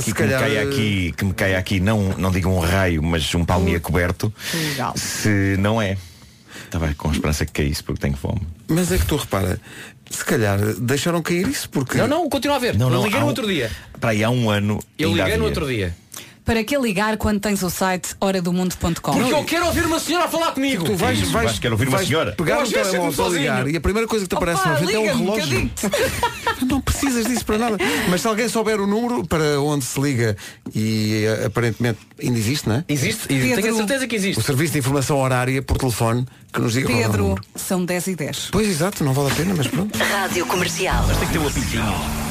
me caia aqui, não digo um raio, mas um palmeia coberto. Legal. Se não é. Estava com esperança que caísse porque tenho fome. Mas é que tu repara, se calhar deixaram cair isso porque. Não, continua a ver. Eu liguei no outro dia. Para aí há um ano. Eu liguei no outro dia. Para que ligar quando tens o site horadomundo.com? Porque eu quero ouvir uma senhora a falar comigo. Tu vais quero ouvir uma senhora. Pegar o telemóvel para ligar e a primeira coisa que te aparece na frente é um relógio. Não precisas disso para nada. Mas se alguém souber o número para onde se liga e aparentemente ainda existe, não é? Existe, tenho a certeza que existe. O serviço de informação horária por telefone que nos diga Pedro, são 10:10. Pois exato, não vale a pena, mas pronto. Rádio Comercial. Mas tem que ter o apitinho.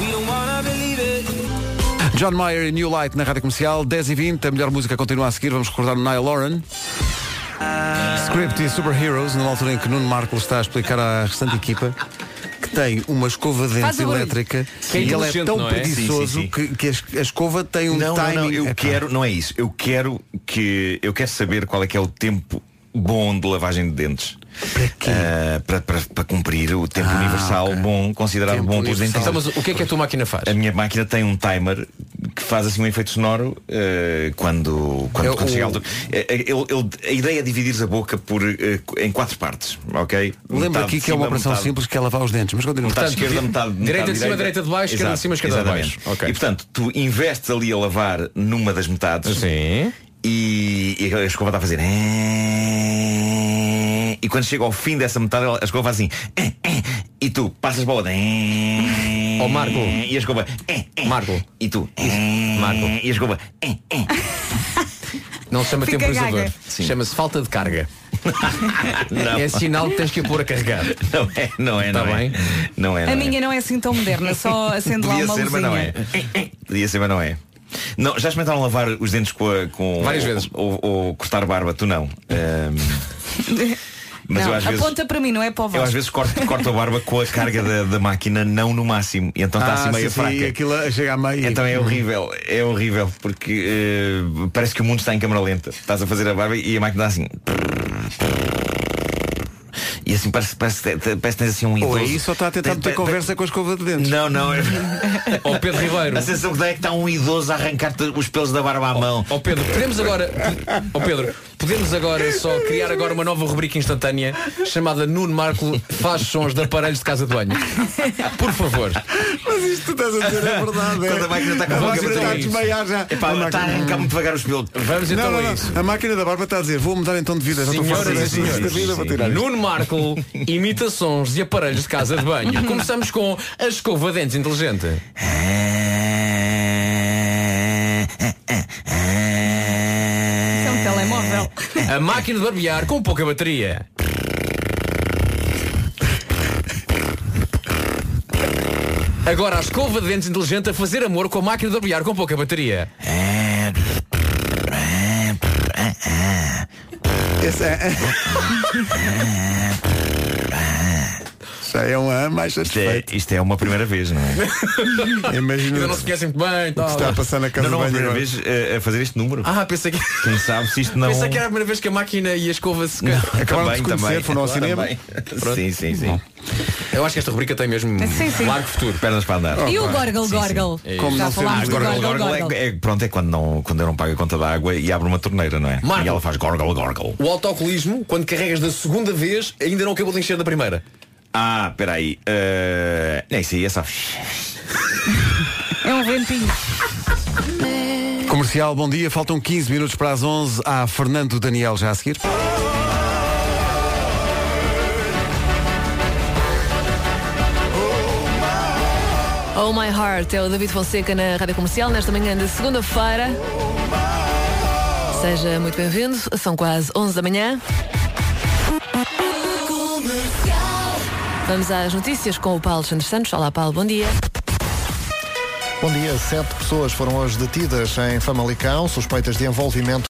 John Mayer e New Light na Rádio Comercial, 10:20, a melhor música continua a seguir, vamos recordar o Niall Horan. Script e Superheroes, numa altura em que Nuno Marco está a explicar à restante equipa que tem uma escova de dentes elétrica e ele é tão preguiçoso que a escova tem um timing. Eu quero, não é isso, eu quero saber qual é que é o tempo bom de lavagem de dentes. Para quê? Para cumprir o tempo universal bom, considerado tempo bom pelos dentistas. Então, mas o que é que a tua máquina faz? A minha máquina tem um timer que faz assim um efeito sonoro quando chega a altura. A ideia é dividir a boca em 4 partes, ok? Lembra aqui que é uma operação simples que é lavar os dentes, mas continua. Metade esquerda, metade direita de cima, direita de baixo, esquerda de cima, esquerda de baixo. Okay. E portanto, tu investes ali a lavar numa das metades. Sim. E a escova está a fazer. E quando chega ao fim dessa metade, a escova faz assim. E tu passas para o outra. Ó Marco. E a escova. Marco. E tu. Marco. E a escova. Não se chama temporizador. Chama-se falta de carga. Não. É sinal que tens que a pôr a carregar. Não é. Está bem? Não é. A minha não é assim tão moderna, só acendo lá uma luzinha. Podia ser, mas não é. Não, já experimentaram lavar os dentes com várias vezes. Ou cortar barba? Tu não. Mas não, eu às vezes, aponta para mim, não é para o Vasco. Eu às vezes corto a barba com a carga da máquina não no máximo. E então está assim meio fraca. E aquilo chega a meio. Então é horrível, porque parece que o mundo está em câmara lenta. Estás a fazer a barba e a máquina dá assim. E assim parece que tens assim um idoso. Ou é isso ou está a tentar meter conversa com a escova de dentes? Não. Ó Pedro Ribeiro. A sensação que dá é que está um idoso a arrancar-te os pelos da barba à mão. Ó Pedro, podemos agora só criar agora uma nova rubrica instantânea chamada Nuno Marco faz sons de aparelhos de casa de banho. Por favor. Mas isto tu estás a dizer é verdade. Quando a máquina está com a boca a desmaiar já. Está a arrancar muito devagar os pelos. Vamos então a isso. A máquina da barba está a dizer, vou mudar então de vida. Já estou Senhoras e senhores, Nuno Marco imita sons de aparelhos de casa de banho. Começamos com a escova de dentes inteligente. É um telemóvel. A máquina de barbear com pouca bateria. Agora a escova de dentes inteligente a fazer amor com a máquina de barbear com pouca bateria. Esse já é um ano mais satisfeito. Isto é uma primeira vez, não é? Imagina. Ainda não se conhecem muito bem. O que está a passar na casa não, de a banho primeira agora. vez a fazer este número. Pensei que... Quem sabe se isto não... Pensei que era a primeira vez que a máquina e a escova se... Acabaram de se conhecer, foram ao cinema. Sim. Eu acho que esta rubrica tem mesmo largo futuro. Pernas para andar. E o gorgle? Como já não falámos do gorgle. É quando eu não pago a conta da água e abro uma torneira, não é? Marco, e ela faz gorgle. O autocolismo, quando carregas da segunda vez, ainda não acabou de encher da primeira. Espera aí. Isso aí é só... É um ventinho. Comercial, bom dia. Faltam 15 minutos para as 11. Há Fernando Daniel já a seguir. Oh My Heart é o David Fonseca na Rádio Comercial nesta manhã de segunda-feira. Seja muito bem-vindo. São quase 11 da manhã. Vamos às notícias com o Paulo Santos Santos. Olá, Paulo, bom dia. Bom dia. 7 pessoas foram hoje detidas em Famalicão, suspeitas de envolvimento